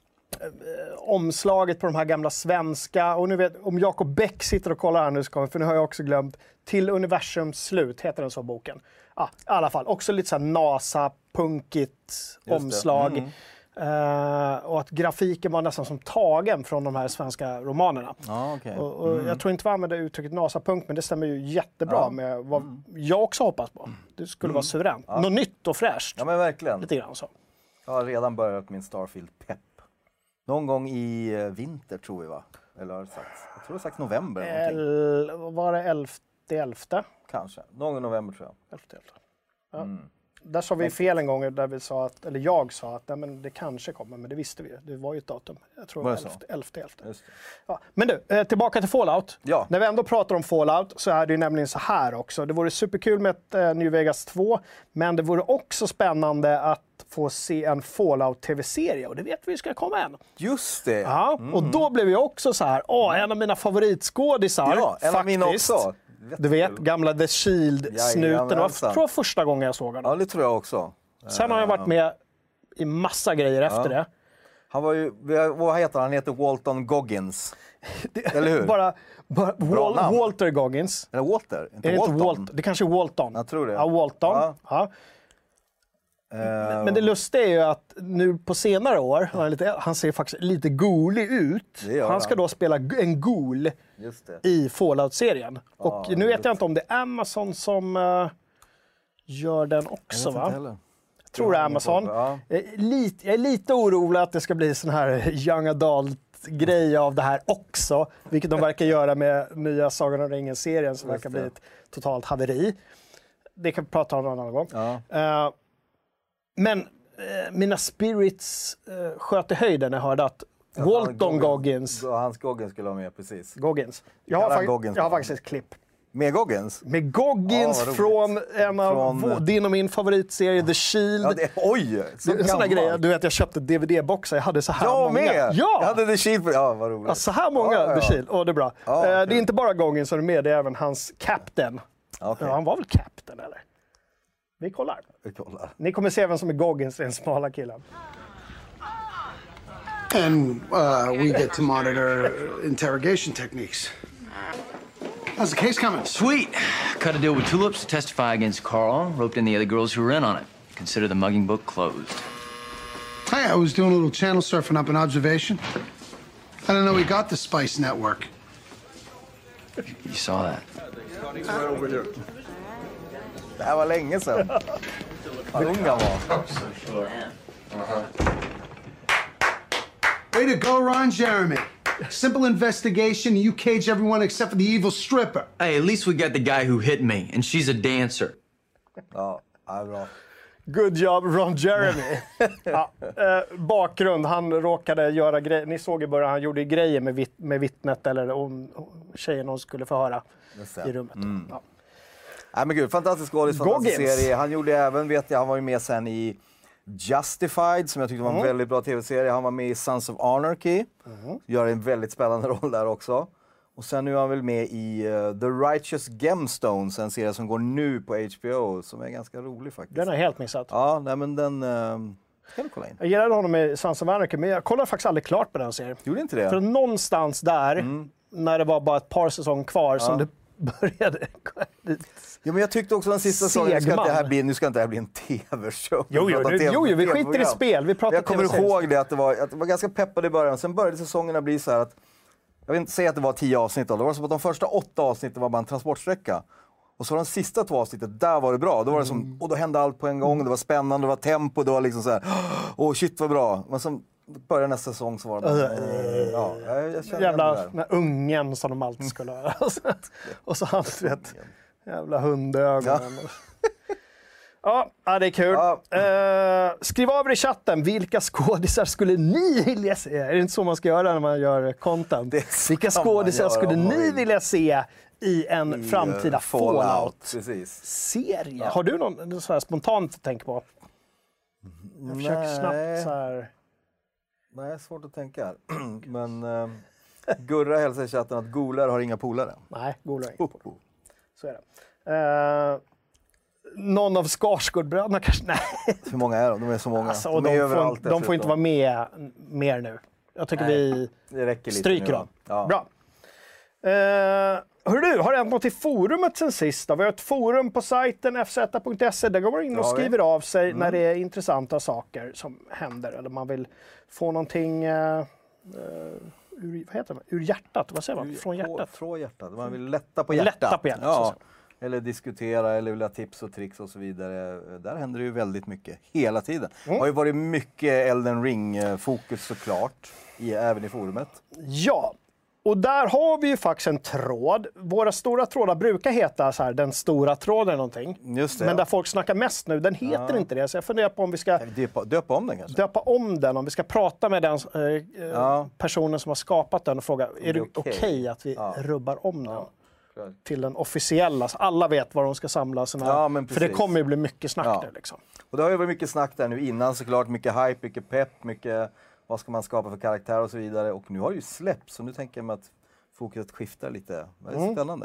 omslaget på de här gamla svenska, och nu vet, om Jakob Bäck sitter och kollar här nu, för nu har jag också glömt, Till universums slut heter den så, boken. Ja, i alla fall, också lite så här NASA-punkigt omslag. Och att grafiken var nästan som tagen från de här svenska romanerna. Och jag tror inte vi använder uttrycket NASA-punk, men det stämmer ju jättebra med vad jag också hoppas på. Det skulle vara suveränt. Något nytt och fräscht. Ja, men verkligen. Lite grann så. Jag har redan börjat min Starfield-pepp. Någon gång i vinter tror vi, va? Eller har det sagt? Jag tror det har sagt november. Var det 11? Kanske. Någon i november tror jag. 11. Ja. Där sa vi fel en gång, där vi sa att, eller jag sa att nej, men det kanske kommer, men det visste vi. Det var ju ett datum. Jag tror det var 11. Ja. Men du, tillbaka till Fallout. Ja. När vi ändå pratar om Fallout så är det ju nämligen så här också. Det vore superkul med ett New Vegas 2, men det vore också spännande att få se en Fallout-tv-serie, och det vet vi ska komma än. Just det. Ja, och då blev jag också så här, en av mina favoritskådisar. Ja, en av mina också. Du vet, gamla The Shield-snuten. Det var första gången jag såg honom. Ja, det tror jag också. Sen har jag varit med i massa grejer efter det. Han var ju, vad heter han? Han heter Walton Goggins. Eller hur? bara Walter Goggins. Eller Walter? Inte Walton? Det kanske är Walton. Jag tror det. Ja, Walton. Ja. Men det lustiga är ju att nu på senare år, han ser faktiskt lite golig ut. Han ska då spela en ghoul i Fallout-serien. Och nu vet jag inte om det är Amazon som gör den också, va? Jag tror det är Amazon. Jag är lite orolig att det ska bli sån här young adult-grej av det här också. Vilket de verkar göra med nya Sagan om ringen-serien, som verkar bli ett totalt haveri. Det kan vi prata om någon annan gång. Men mina spirits sköt i höjden när jag hörde att Walton Goggins... Hans Goggins skulle ha med, precis. Goggins. Jag har faktiskt ett klipp. Med Goggins? Med Goggins från en av din och min favoritserie, The Shield. Oj! Såna grejer. Du vet, jag köpte DVD-boxar. Jag hade så här många. Med! Ja! Jag hade The Shield. Ja, vad roligt. Så här många The Shield. Det är bra. Det är inte bara Goggins som är med, det är även hans captain. Han var väl captain, eller? Vi kollar. Ni kommer se vem som är Goggins, den smala killen. And we get to monitor interrogation techniques. How's the case coming? Sweet. Cut a deal with Tulips to testify against Carl. Roped in the other girls who were in on it. Consider the mugging book closed. Hey, I was doing a little channel surfing up in Observation. I didn't know we got the Spice Network. You saw that. Det här var länge sedan. Vad ung han var. Way to go, Ron Jeremy. Simple investigation, you cage everyone except for the evil stripper. Hey, at least we got the guy who hit me, and she's a dancer. Ja, bra. Good job, Ron Jeremy. Bakgrund, han råkade göra grejer. Ni såg i början, han gjorde grejer med vittnet eller om tjejen hon skulle få höra i rummet. Ja. Nej men gud, fantastisk skådis, fantastisk serie. Han gjorde även, vet jag, han var ju med sen i Justified, som jag tyckte var en väldigt bra tv-serie. Han var med i Sons of Anarchy. Gör en väldigt spännande roll där också. Och sen nu är han väl med i The Righteous Gemstones, en serie som går nu på HBO, som är ganska rolig faktiskt. Den är helt missat. Ja, nej men den kan du kolla in. Jag gillade honom i Sons of Anarchy, men jag kollade faktiskt aldrig klart på den serien. Gjorde inte det? För någonstans där, när det var bara ett par säsonger kvar, som det började... Ja, men jag tyckte också den sista säsongen, nu ska inte det här bli en tv-show. Jo, vi skiter i spel. Vi pratar jag kommer ihåg det, att det var ganska peppad i början. Sen började säsongerna bli så här att, jag vill inte säga att det var 10 avsnitt då. Det var som att de första 8 avsnitten var bara en transportsträcka. Och så de sista 2 avsnitten, där var det bra. Då var det som, och då hände allt på en gång. Det var spännande, det var tempo, det var liksom så här, åh shit vad bra. Men sen började nästa säsong så var det bara, jag känner jävla den här ungen som de alltid skulle ha. Och så han, vet, jävla hundögonen. Ja, det är kul. Skriv av i chatten, vilka skådisar skulle ni vilja se? Är det inte så man ska göra när man gör content? Vilka skådisar skulle ni vilja se i en framtida Fallout-serie? Har du någon så här spontant att tänka på? Jag försöker snabbt så här... Nej, svårt att tänka. Men Gurra hälsar i chatten att Golar har inga polare. Nej, Golar har inga polare. Så är det. Någon av Skarsgård-bröderna kanske? Nej. Hur många är de? De är så många. Alltså, de får inte vara med mer nu. Jag tycker vi stryker dem. Ja. Bra. Har det hänt något i forumet sen sist? Vi har ett forum på sajten fz.se. Där går man in och skriver av sig när det är intressanta saker som händer. Eller man vill få någonting ur hjärtat. Vad säger man? Från hjärtat? Från hjärtat. Man vill lätta på hjärtat. Lätta på hjärtat. Ja. Eller diskutera, eller vilja tips och tricks och så vidare. Där händer det ju väldigt mycket, hela tiden. Det har ju varit mycket Elden Ring-fokus såklart, även i forumet. Ja, och där har vi ju faktiskt en tråd. Våra stora trådar brukar heta så här, den stora tråden någonting. Just det, men där folk snackar mest nu, den heter inte det. Så jag funderar på om vi ska döpa om den kanske? Döpa om den, om vi ska prata med den personen som har skapat den och fråga, är det okej att vi rubbar om den? Till den officiella, så alla vet var de ska samla sina... för det kommer ju bli mycket snack där liksom. Och det har ju varit mycket snack där nu innan såklart, mycket hype, mycket pepp, mycket vad ska man skapa för karaktär och så vidare. Och nu har det ju släppts, så nu tänker jag mig att fokuset skiftar lite. Det är spännande.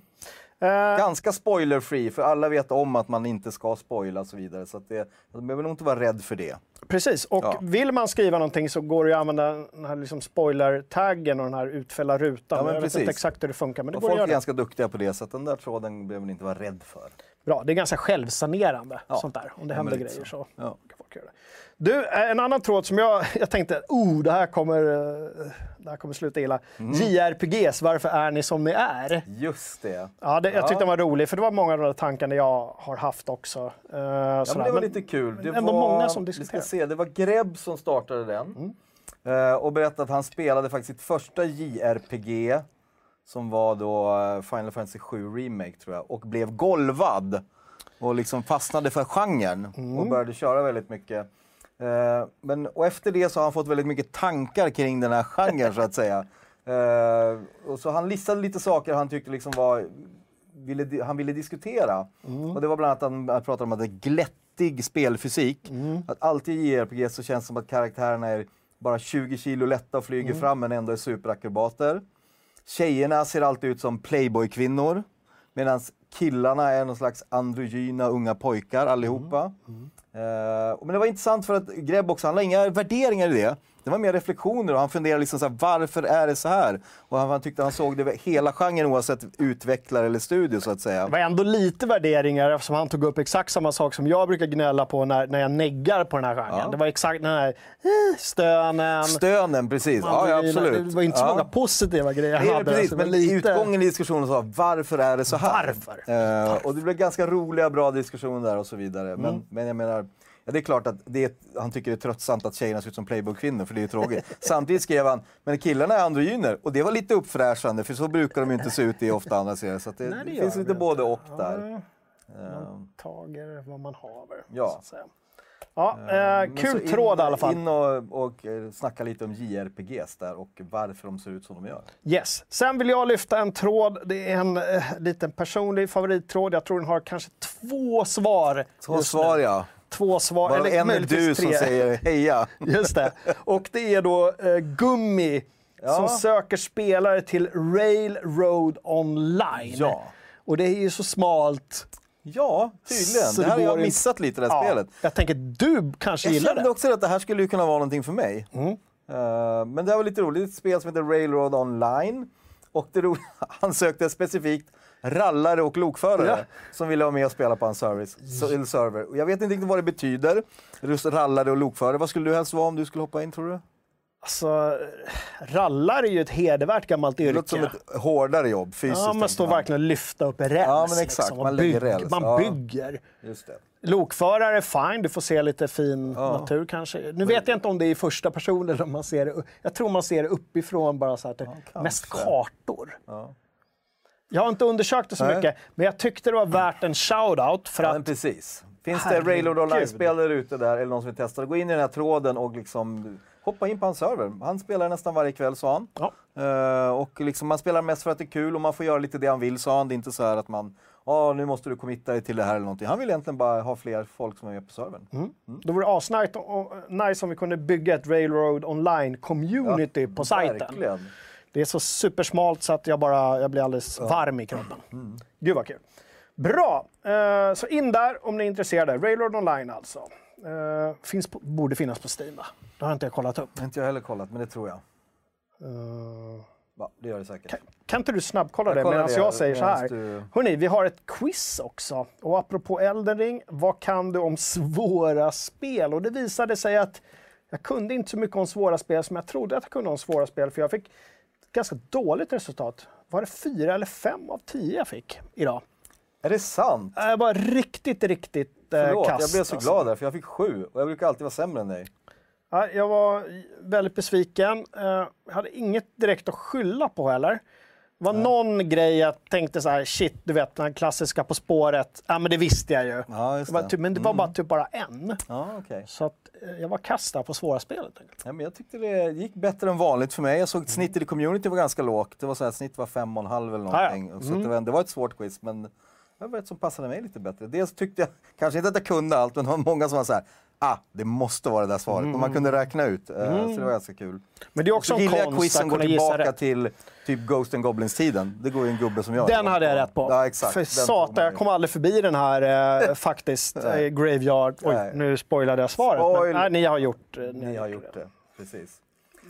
Ganska spoiler-free, för alla vet om att man inte ska spoila och så vidare. Så att man behöver nog inte vara rädd för det. Precis, och vill man skriva någonting så går det att använda den här liksom spoiler-taggen och den här utfälla rutan. Jag vet inte exakt hur det funkar, men det går att göra. Folk är ganska duktiga på det, så att den där tråden behöver man inte vara rädd för. Bra, det är ganska självsanerande sånt där. Om det händer grejer så kan folk göra det. Du, en annan tråd som jag tänkte, det här kommer sluta illa. JRPGs, varför är ni som ni är? Just det. Ja, jag tyckte den var rolig, för det var många av de tankarna jag har haft också. Men det var lite kul. Det var många som diskuterade. Vi ska se, det var Greb som startade den. Och berättade att han spelade faktiskt sitt första JRPG, som var då Final Fantasy 7 Remake tror jag, och blev golvad. Och liksom fastnade för genren och började köra väldigt mycket. Och efter det så har han fått väldigt mycket tankar kring den här genren så att säga. Och så han listade lite saker han tyckte liksom han ville diskutera. Och det var bland annat att han pratade om att det är glättig spelfysik. Att alltid i JRPG så känns det som att karaktärerna är bara 20 kilo lätta och flyger fram, men ändå är superakrobater. Tjejerna ser alltid ut som playboy-kvinnor. Medan killarna är någon slags androgyna unga pojkar allihopa. Men det var intressant för att Greb också, han la inga värderingar i det. Det var mer reflektioner och han funderade liksom så här, varför är det så här? Och han tyckte han såg det hela genren oavsett utvecklare eller studio så att säga. Det var ändå lite värderingar eftersom han tog upp exakt samma sak som jag brukar gnälla på när jag neggar på den här genren. Ja. Det var exakt den här stönen. Stönen, precis. Ja, absolut. Det var inte så många positiva grejer han hade. Precis, men utgången i diskussionen sa varför är det så här? Varför? Och det blev ganska roliga, bra diskussioner där och så vidare. Men jag menar... Ja, det är klart att han tycker det är tröttsamt att tjejerna ser ut som Playboy-kvinnor, för det är ju tråkigt. Samtidigt skrev han, men killarna är androgyner, och det var lite uppfräschande, för så brukar de ju inte se ut i ofta andra serier. Så att det finns lite både och där. Man tager vad man haver, ja. Så att säga. Ja, kul tråd i alla fall. In och snacka lite om JRPGs där och varför de ser ut som de gör. Yes. Sen vill jag lyfta en tråd. Det är en liten personlig favorittråd. Jag tror den har kanske 2 svar. 2 svar, ja. 2 svar. Bara eller en är du 3. som säger heja. Just det. Och det är då Gummi som söker spelare till Railroad Online. Ja. Och det är ju så smalt. Ja, tydligen. Det här har jag missat lite, det här spelet. Jag tänker du kanske gillar det. Jag kände också att det här skulle ju kunna vara någonting för mig. Men det var lite roligt. Ett spel som heter Railroad Online. Och han sökte specifikt rallare och lokförare som ville vara med och spela på en server. Och jag vet inte riktigt vad det betyder. Just rallare och lokförare. Vad skulle du helst vara om du skulle hoppa in, tror du? Alltså, rallar är ju ett hedervärt gammalt yrke. Det låter som ett hårdare jobb, fysiskt. Ja, man står verkligen och lyfta upp räls. Ja, men exakt. Liksom. Man lägger räls. Man bygger. Just det. Lokförare är fine, du får se lite fin natur kanske. Nu vet jag inte om det är i första person eller om man ser det. Jag tror man ser det uppifrån, bara så att det mest kartor. Ja. Jag har inte undersökt det så mycket, men jag tyckte det var värt en shoutout för att... precis. Finns det Railroad Online-spelare ute där, eller någon som vill testa, gå in i den här tråden och liksom hoppa in på hans server. Han spelar nästan varje kväll, sa han. Ja. Och liksom, man spelar mest för att det är kul och man får göra lite det han vill, sa han. Det är inte så här att man, nu måste du committa dig till det här eller någonting. Han vill egentligen bara ha fler folk som är med på servern. Då vore det nice om vi kunde bygga ett Railroad Online-community på sajten. Verkligen. Det är så supersmalt så att jag blir alldeles varm i kroppen. Gud vad kul. Bra, så in där om ni är intresserade. Railroad Online alltså. Borde finnas på Steam, va? Det har inte jag kollat upp. Det har inte jag heller kollat, men det tror jag. Det gör det säkert. Kan inte du snabbkolla det medan jag säger så här? Hörrni, vi har ett quiz också. Och apropå Elden Ring, vad kan du om svåra spel? Och det visade sig att jag kunde inte så mycket om svåra spel som jag trodde att jag kunde om svåra spel. För jag fick ganska dåligt resultat. Var det 4 eller 5 av 10 jag fick idag? Är det sant? Jag var riktigt Förlåt, kast. Jag blev så glad där, för jag fick 7 och jag brukar alltid vara sämre än dig. Ja, jag var väldigt besviken. Jag hade inget direkt att skylla på heller. Det var någon grej jag tänkte så här, shit, du vet, den klassiska På spåret. Ja, men det visste jag ju. Ja, just det. Men det var bara en. Ja, okay. Så att jag var kastad på svåra spelet. Ja, men jag tyckte det gick bättre än vanligt för mig. Jag såg att snittet i community var ganska lågt. Det var så här, snitt var 5,5 eller någonting. Så det var ett svårt quiz, men det var ett som passade mig lite bättre. Dels tyckte jag, kanske inte att jag kunde allt, men det var många som var så här, det måste vara det där svaret. Och man kunde räkna ut, så det var ganska kul. Men det är också en konst att kunna gissa rätt. Till typ Ghost and Goblins-tiden. Det går ju en gubbe som jag. Den hade jag rätt på. Ja, exakt. För satan, jag kom aldrig förbi den här faktiskt, Graveyard. Oj, nu spoilade jag svaret. Men, nej, ni har gjort det. Precis.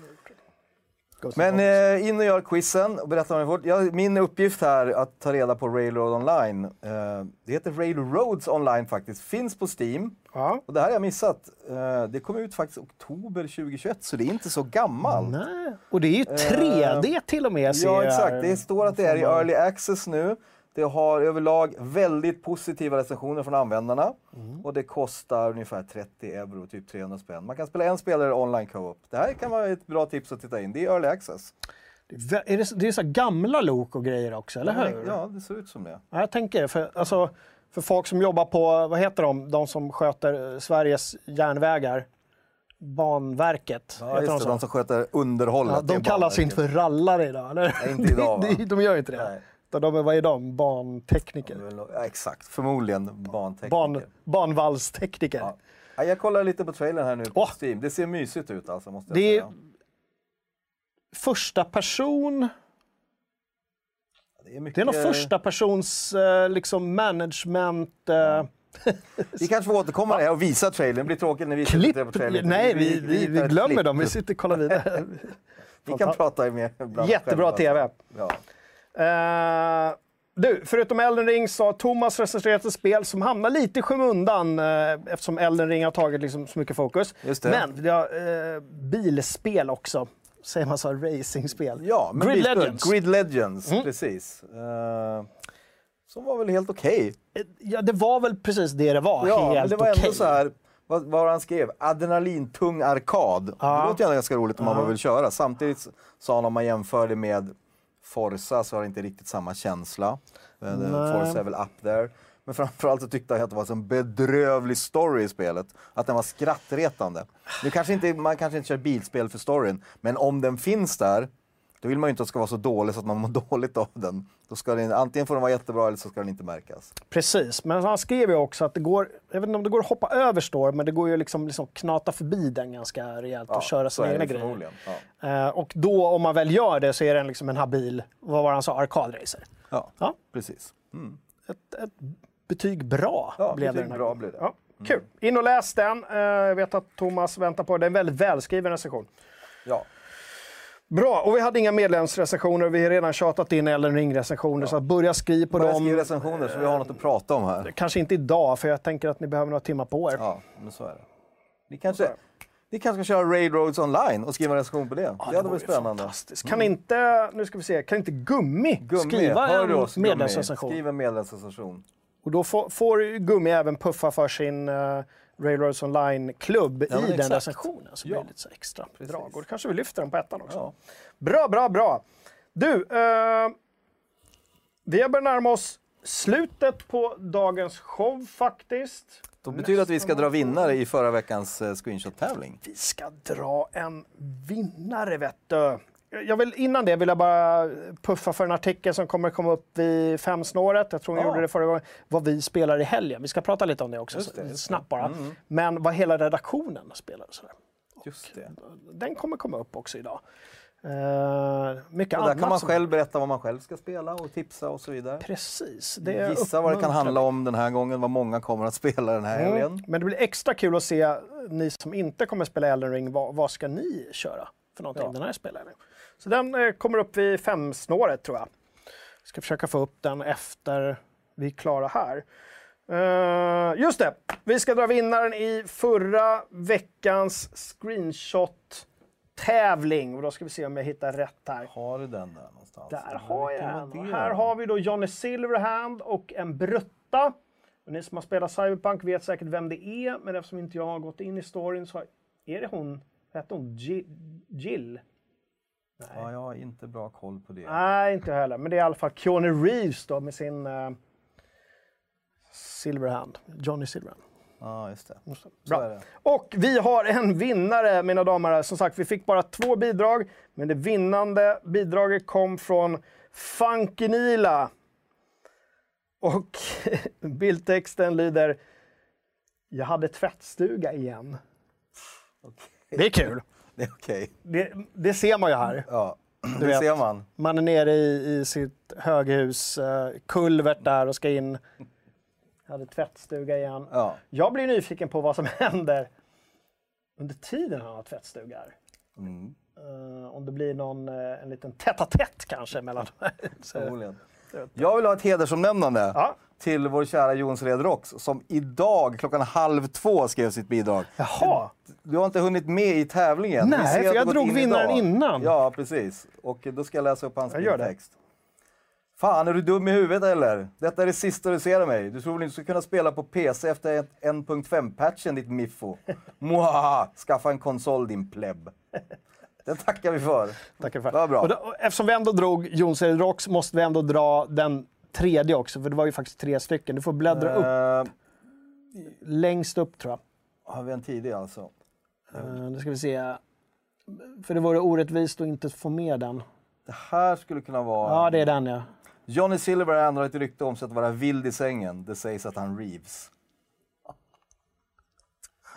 Men in och gör quizen och berätta vad ni får. Min uppgift här att ta reda på Railroad Online. Det heter Railroads Online faktiskt. Finns på Steam. Ja. Och det här har jag missat. Det kom ut faktiskt oktober 2021, så det är inte så gammalt. Nej. Och det är ju 3D till och med. Ja, exakt. Det står att det är i Early Access nu. Det har överlag väldigt positiva recensioner från användarna. Och det kostar ungefär 30 euro, typ 300 spänn. Man kan spela en spelare online co-op. Det här kan vara ett bra tips att titta in. Det är Early Access. Det är så gamla lok och grejer också, eller hur? Ja, det ser ut som det. Ja, jag tänker, för folk som jobbar på, vad heter de som sköter Sveriges järnvägar? Banverket. Ja, just det, de som sköter underhållet. Ja, de kallas inte för rallare idag, eller? Nej, inte idag, va? De gör inte det. Nej. Vad är de? Bantekniker? Ja, exakt, förmodligen bantekniker. Banvallstekniker. Ja. Jag kollar lite på trailern här nu på Steam. Det ser mysigt ut alltså, måste jag säga. Första person. Det är någon första persons liksom management... Vi kanske får återkomma här och visa trailern. Det blir tråkigt när vi sitter på trailern. Nej, vi glömmer dem. Vi sitter och kollar vidare. Vi kan prata med ibland. Jättebra själva. TV. Ja. Du, förutom Elden Ring så har Thomas recenserat ett spel som hamnar lite i skymundan eftersom Elden Ring har tagit liksom så mycket fokus. Just det. Men det har bilspel också. Säger man så, racingspel. Ja, men Grid Legends. Grid Legends, precis. Som var väl helt okej. Ja, det var väl precis det var. Ja, helt men det var ändå okej. så här, vad han skrev, adrenalintung arkad. Det låter ju ganska roligt om man vill köra. Samtidigt sa han om man jämför det med Forza så har det inte riktigt samma känsla. Forza är väl up there. Men framförallt så tyckte jag att det var en bedrövlig story i spelet. Att den var skrattretande. Man kanske inte kör bilspel för storyn, men om den finns där, då vill man ju inte att det ska vara så dålig så att man mår dåligt av den. Då ska den antingen får den vara jättebra eller så ska den inte märkas. Precis, men han skrev ju också att det går, jag vet inte om det går att hoppa över story, men det går ju liksom knata förbi den ganska rejält och köra sina egna grejer. Ja. Och då om man väl gör det så är den liksom en habil, vad var han sa, arkadracer. Ja, precis. Ett betyg bra blev det. Bra blev det. Ja, kul. In och läs den. Jag vet att Thomas väntar på det. Det är en väldigt välskriven recension. Ja. Bra, och vi hade inga medlemsrecensioner. Vi har redan tjatat in Elden Ring-recensioner, så att börja skriva på dem. Skriva recensioner så vi har något att prata om här. Kanske inte idag, för jag tänker att ni behöver några timmar på er. Ja, men så är det. Ni kanske ska köra Railroads online och skriva en recension på det. Ja, det hade varit spännande. Fantastiskt. Kan inte, nu ska vi se, kan inte Gummi skriva en medlemsrecension? Skriv en medlemsrecension. Och då får Gummi även puffa för sin Railroads Online-klubb i den recensionen. Så blir det lite så extra drag. Och då kanske vi lyfter den på ettan också. Ja. Bra. Du, vi har börjat närma oss slutet på dagens show faktiskt. Det betyder att vi ska dra vinnare i förra veckans screenshot-tävling. Vi ska dra en vinnare, vet du. Innan det vill jag bara puffa för en artikel som kommer komma upp i 5-snåret. Jag tror ni gjorde det förra gången. Vad vi spelar i helgen. Vi ska prata lite om det också, snabbt bara. Men vad hela redaktionen spelar. Så just det. Den kommer komma upp också idag. Mycket och annat. Där kan man själv berätta vad man själv ska spela och tipsa och så vidare. Precis. Gissa vad det kan handla om den här gången, vad många kommer att spela den här helgen. Men det blir extra kul att se, ni som inte kommer att spela Elden Ring, vad ska ni köra för någonting den här spelaren? Så den kommer upp vid 5-snåret tror jag. Jag ska försöka få upp den efter vi är klara här. Just det, vi ska dra vinnaren i förra veckans screenshot-tävling. Och då ska vi se om jag hittar rätt här. Har du den där någonstans? Där har jag den. Här har vi då Johnny Silverhand och en brutta. Och ni som har spelat Cyberpunk vet säkert vem det är. Men eftersom inte jag har gått in i storyn så är det hon. Hette hon Jill? Nej. Ja, jag har inte bra koll på det. Nej, inte heller. Men det är i alla fall Keanu Reeves då med sin Silverhand. Johnny Silverhand. Ja, just det. Bra. Är det. Och vi har en vinnare, mina damer. Som sagt, vi fick bara 2 bidrag. Men det vinnande bidraget kom från Funkenila. Och bildtexten lyder: jag hade tvättstuga igen. Okay. Det är kul. Det är okej. Det ser man ju här. Ja, det ser man. Man är nere i sitt höghus, kulvert där och ska in. Jag hade tvättstuga igen. Ja. Jag blir nyfiken på vad som händer under tiden han har tvättstuga. Om det blir en liten tätt kanske mellan dem. Jag vill ha ett hedersomnämnande till vår kära Jonsred Rox som idag klockan 1:30 skrev sitt bidrag. Jaha. Du har inte hunnit med i tävlingen. Nej, för jag drog vinnaren innan. Ja, precis. Och då ska jag läsa upp hans text. Fan, är du dum i huvudet eller? Detta är det sista du ser av mig. Du tror väl inte du ska kunna spela på PC efter 1.5-patchen, ditt miffo. Mwahaha! Skaffa en konsol, din plebb. Den tackar vi för. Tackar för. Det var bra. Och eftersom vi ändå drog Jonsred Rox måste vi ändå dra den tredje också. För det var ju faktiskt 3 stycken. Du får bläddra upp. Längst upp tror jag. Har vi en tidig alltså? Nu ska vi se. För det vore orättvist att inte få med den. Det här skulle kunna vara... Ja, det är den ja. Johnny Silverhand har ett rykte om sig att vara vild i sängen. Det sägs att han Reeves.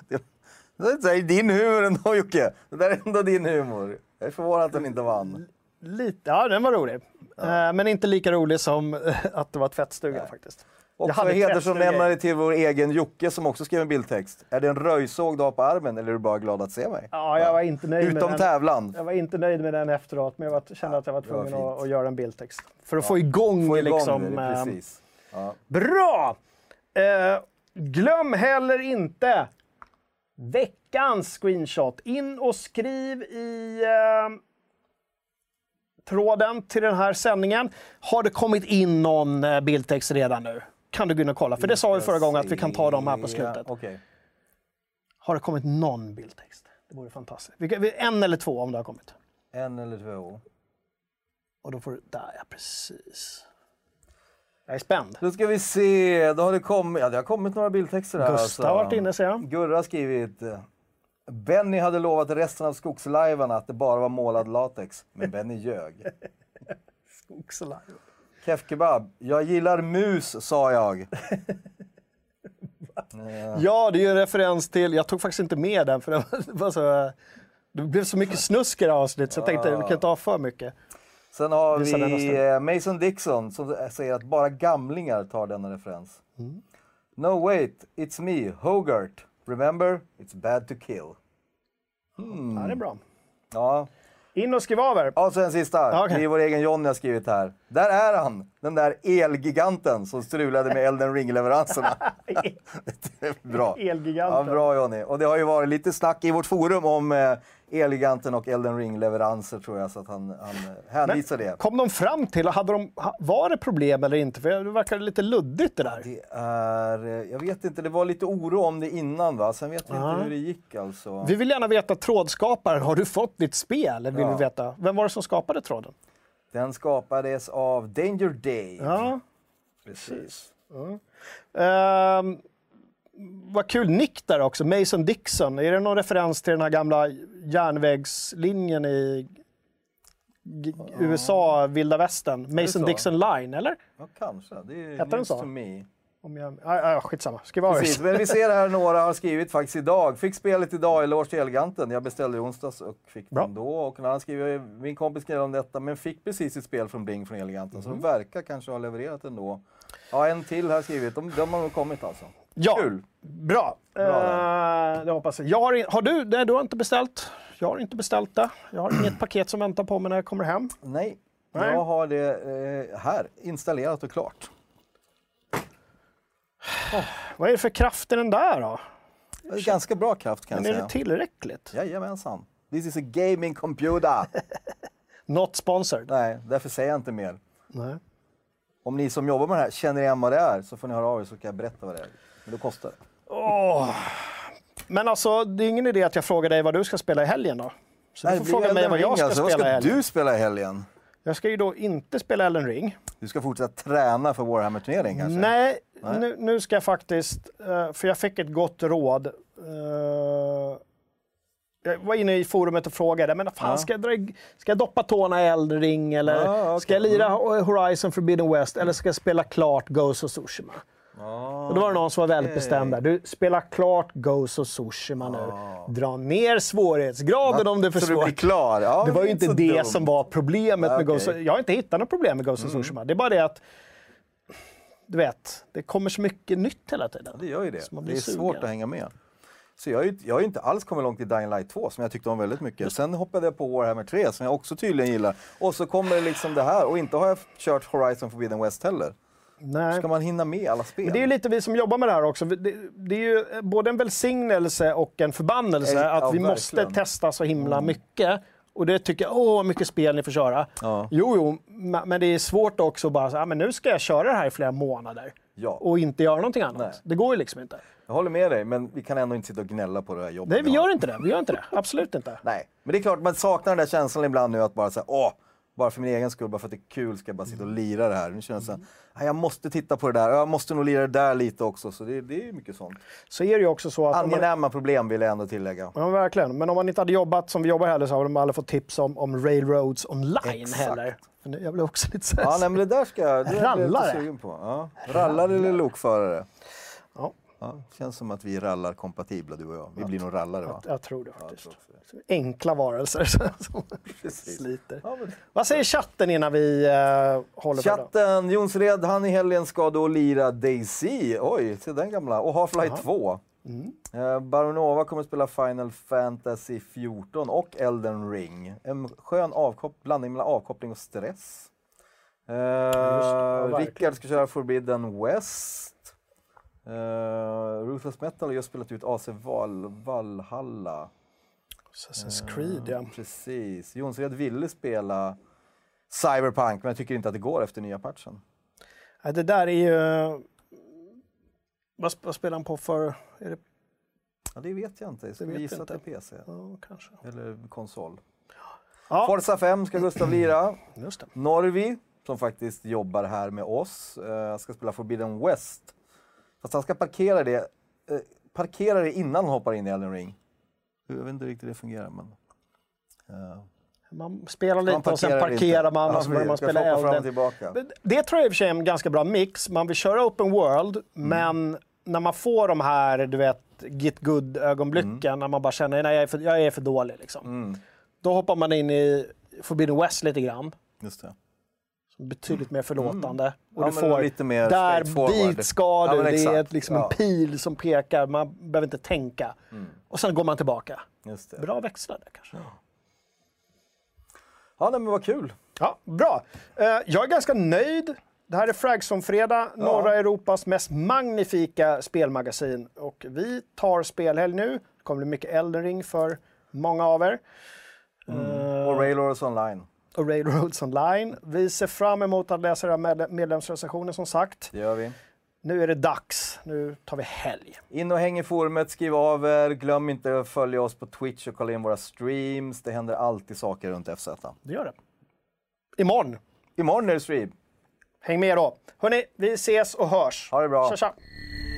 Det är din humor ändå, Jocke. Det där är ändå din humor. Jag är förvånad att den inte vann. Ja, den var rolig. Men inte lika rolig som att det var tvättstugan faktiskt. Också hedersomnämnare till vår egen Jocke som också skrev en bildtext. Är det en röjsåg du har på armen eller är du bara glad att se mig? Ja, jag var inte nöjd Utom med tävlan. Jag var inte nöjd med den efteråt, men jag kände att jag var tvungen att göra en bildtext. För att få igång liksom... det, precis. Ja. Bra! Glöm heller inte veckans screenshot. In och skriv i tråden till den här sändningen. Har det kommit in någon bildtext redan nu? Kan du gå in och kolla? För det sa vi förra gången att vi kan ta dem här på slutet. Okay. Har det kommit någon bildtext? Det vore fantastiskt. En eller två om det har kommit. En eller två. Och då får du... Där, ja, precis. Jag är spänd. Då ska vi se. Då har det har kommit några bildtexter här. Gustav har varit inne, säger jag. Gurra har skrivit... Benny hade lovat resten av skogslajvarna att det bara var målad latex. Men Benny ljög. Skogslajvar. Kef Kebab. Jag gillar mus, sa jag. Ja, det är ju en referens till... Jag tog faktiskt inte med den, för det var så... Det blev så mycket snusk i det avsnitt, så jag tänkte vi kan inte ha för mycket. Sen har vi Mason Dixon som säger att bara gamlingar tar denna referens. No wait, it's me, Hogarth. Remember, it's bad to kill. Ja, det är bra. Ja. In och skriv över. Och så en sista. Det är vår egen Johnny har skrivit här. Där är han, den där elgiganten som strulade med Elden Ring-leveranserna. Bra. Elgiganten. Ja, bra Johnny. Och det har ju varit lite snack i vårt forum om Elgiganten och Elden Ring-leveranser tror jag, så att han hänvisar det. Kom de fram till, var det problem eller inte? För det verkar lite luddigt det där. Det är, jag vet inte, det var lite oro om det innan va? Sen vet vi inte hur det gick alltså. Vi vill gärna veta trådskaparen, har du fått ditt spel? Vill vi veta. Vem var det som skapade tråden? Den skapades av Danger Dave. Ja, precis. Vad kul nick där också, Mason Dixon. Är det någon referens till den här gamla järnvägslinjen i USA, Vilda Västern? Mason Dixon Line, eller? Ja, kanske. Det är Heter den så? to me. Skitsamma. Skriv av. Precis, men vi ser här några har skrivit faktiskt idag. Fick spelet idag i Lars till Elgiganten. Jag beställde i onsdags och fick den då. Och när han skriver, min kompis skrev om detta, men fick precis ett spel från Bing från Elgiganten. Så de verkar kanske ha levererat ändå. Ja, en till har skrivit. De har nog kommit alltså. Ja, kul. Bra. Det hoppas jag. Har du? Nej, du har inte beställt. Jag har inte beställt det. Jag har inget paket som väntar på mig när jag kommer hem. Nej. Jag har det här installerat och klart. Vad är det för kraft i den där då? Det är ganska bra kraft kan jag säga. Men är det tillräckligt? Jajamensan. This is a gaming computer. Not sponsored. Nej, därför säger jag inte mer. Nej. Om ni som jobbar med det här känner igen vad det är så får ni höra av er så kan jag berätta vad det är. Men det kostar. Men alltså, det är ingen idé att jag frågar dig vad du ska spela i helgen då. Så nej, du får fråga mig vad jag ska spela i helgen. Vad ska du spela i helgen? Jag ska ju då inte spela Elden Ring. Du ska fortsätta träna för Warhammer-turnering kanske? Nej. Nu ska jag faktiskt, för jag fick ett gott råd. Jag var inne i forumet och frågade, men fan, ska jag doppa tårna i Elden Ring eller ska jag lira Horizon Forbidden West eller ska jag spela klart Ghost of Tsushima? Och då var det någon som var väldigt bestämd där. Du spelar klart Ghost of Tsushima nu. Dra ner svårighetsgraden om det är för svårt. Så du blir klar? Ja, det var ju inte det som var problemet med Ghost of Tsushima. Jag har inte hittat något problem med Ghost of Tsushima. Det är bara det att du vet, det kommer så mycket nytt hela tiden. Det gör ju det. Det är svårt att hänga med. Så jag har ju inte alls kommit långt i Dying Light 2 som jag tyckte om väldigt mycket. Sen hoppade jag på Warhammer 3 som jag också tydligen gillar. Och så kommer det liksom det här. Och inte har jag kört Horizon Forbidden West heller. Nej. Ska man hinna med alla spel? Men det är ju lite vi som jobbar med det här också. Det är ju både en välsignelse och en förbannelse att vi måste testa så himla mycket. Och det tycker jag, mycket spel ni får köra. Ja. Jo, men det är svårt också att bara säga, men nu ska jag köra det här i flera månader. Ja. Och inte göra någonting annat. Nej. Det går ju liksom inte. Jag håller med dig, men vi kan ändå inte sitta och gnälla på det här jobbet. Nej, vi gör inte det. Absolut inte. Nej, men det är klart, man saknar den där känslan ibland nu att bara säga, bara för min egen skull, bara för att det är kul ska jag bara sitta och lira det här. Nu känns det så jag måste titta på det där, jag måste nog lira det där lite också. Så det är mycket sånt. Så är det ju också så att... Angenäma problem vill jag ändå tillägga. Ja, verkligen. Men om man inte hade jobbat som vi jobbar heller så hade man aldrig fått tips om Railroads online heller. Men jag blev också lite så nej, men det där ska jag... Rallare. På. Ja. Rallare eller lokförare. Ja. Ja, känns som att vi är rallarkompatibla, du och jag. Vi blir nog rallare, va? Jag tror det faktiskt. Ja, jag tror Enkla varelser som sliter. Ja, men... Vad säger chatten innan vi håller på? Chatten, Jonsred, han i helgen ska då lira Daisy. Oj, se den gamla. Och Half-Life 2. Baronova kommer att spela Final Fantasy 14 och Elden Ring. En skön blandning mellan avkoppling och stress. Rickard ska köra Forbidden West. Ruthless Metal har just spelat ut AC Valhalla. Assassin's Creed, ja. Precis. Jonsred ville spela Cyberpunk, men jag tycker inte att det går efter nya patchen. Det där är ju... Vad spelar han på för... Är det... Ja, det vet jag inte. Jag skulle gissa att det är PC. Ja, kanske. Eller konsol. Ja. Forza 5 ska Gustav lira. Just det. Norvi, som faktiskt jobbar här med oss, ska spela Forbidden West. Fast han ska parkera det innan han hoppar in i Elden Ring. Jag vet inte riktigt hur det fungerar, men... Man spelar lite och sen parkerar man och så börjar man spela Elden. Det tror jag i och för sig är en ganska bra mix. Man vill köra open world, men när man får de här, du vet, get good-ögonblicken, när man bara känner nej, jag är för dålig. Liksom. Då hoppar man in i Forbidden West lite grann. Just det. Betydligt mer förlåtande. Och du får lite mer där dit ska du, det är liksom en pil som pekar, man behöver inte tänka. Och sen går man tillbaka. Just det. Bra växlade kanske. Ja, men vad kul. Ja, bra. Jag är ganska nöjd. Det här är Fragson-fredag, norra Europas mest magnifika spelmagasin. Och vi tar spelhelg nu. Det kommer bli mycket Elden Ring för många av er. Och Railroads Online. Och Railroads Online. Vi ser fram emot att läsa era medlemsrecensioner som sagt. Det gör vi. Nu är det dags. Nu tar vi helg. In och häng i forumet, skriv av er. Glöm inte att följa oss på Twitch och kolla in våra streams. Det händer alltid saker runt FZ. Det gör det. Imorgon är det stream. Häng med då. Hörrni, vi ses och hörs. Ha det bra. Tja, tja.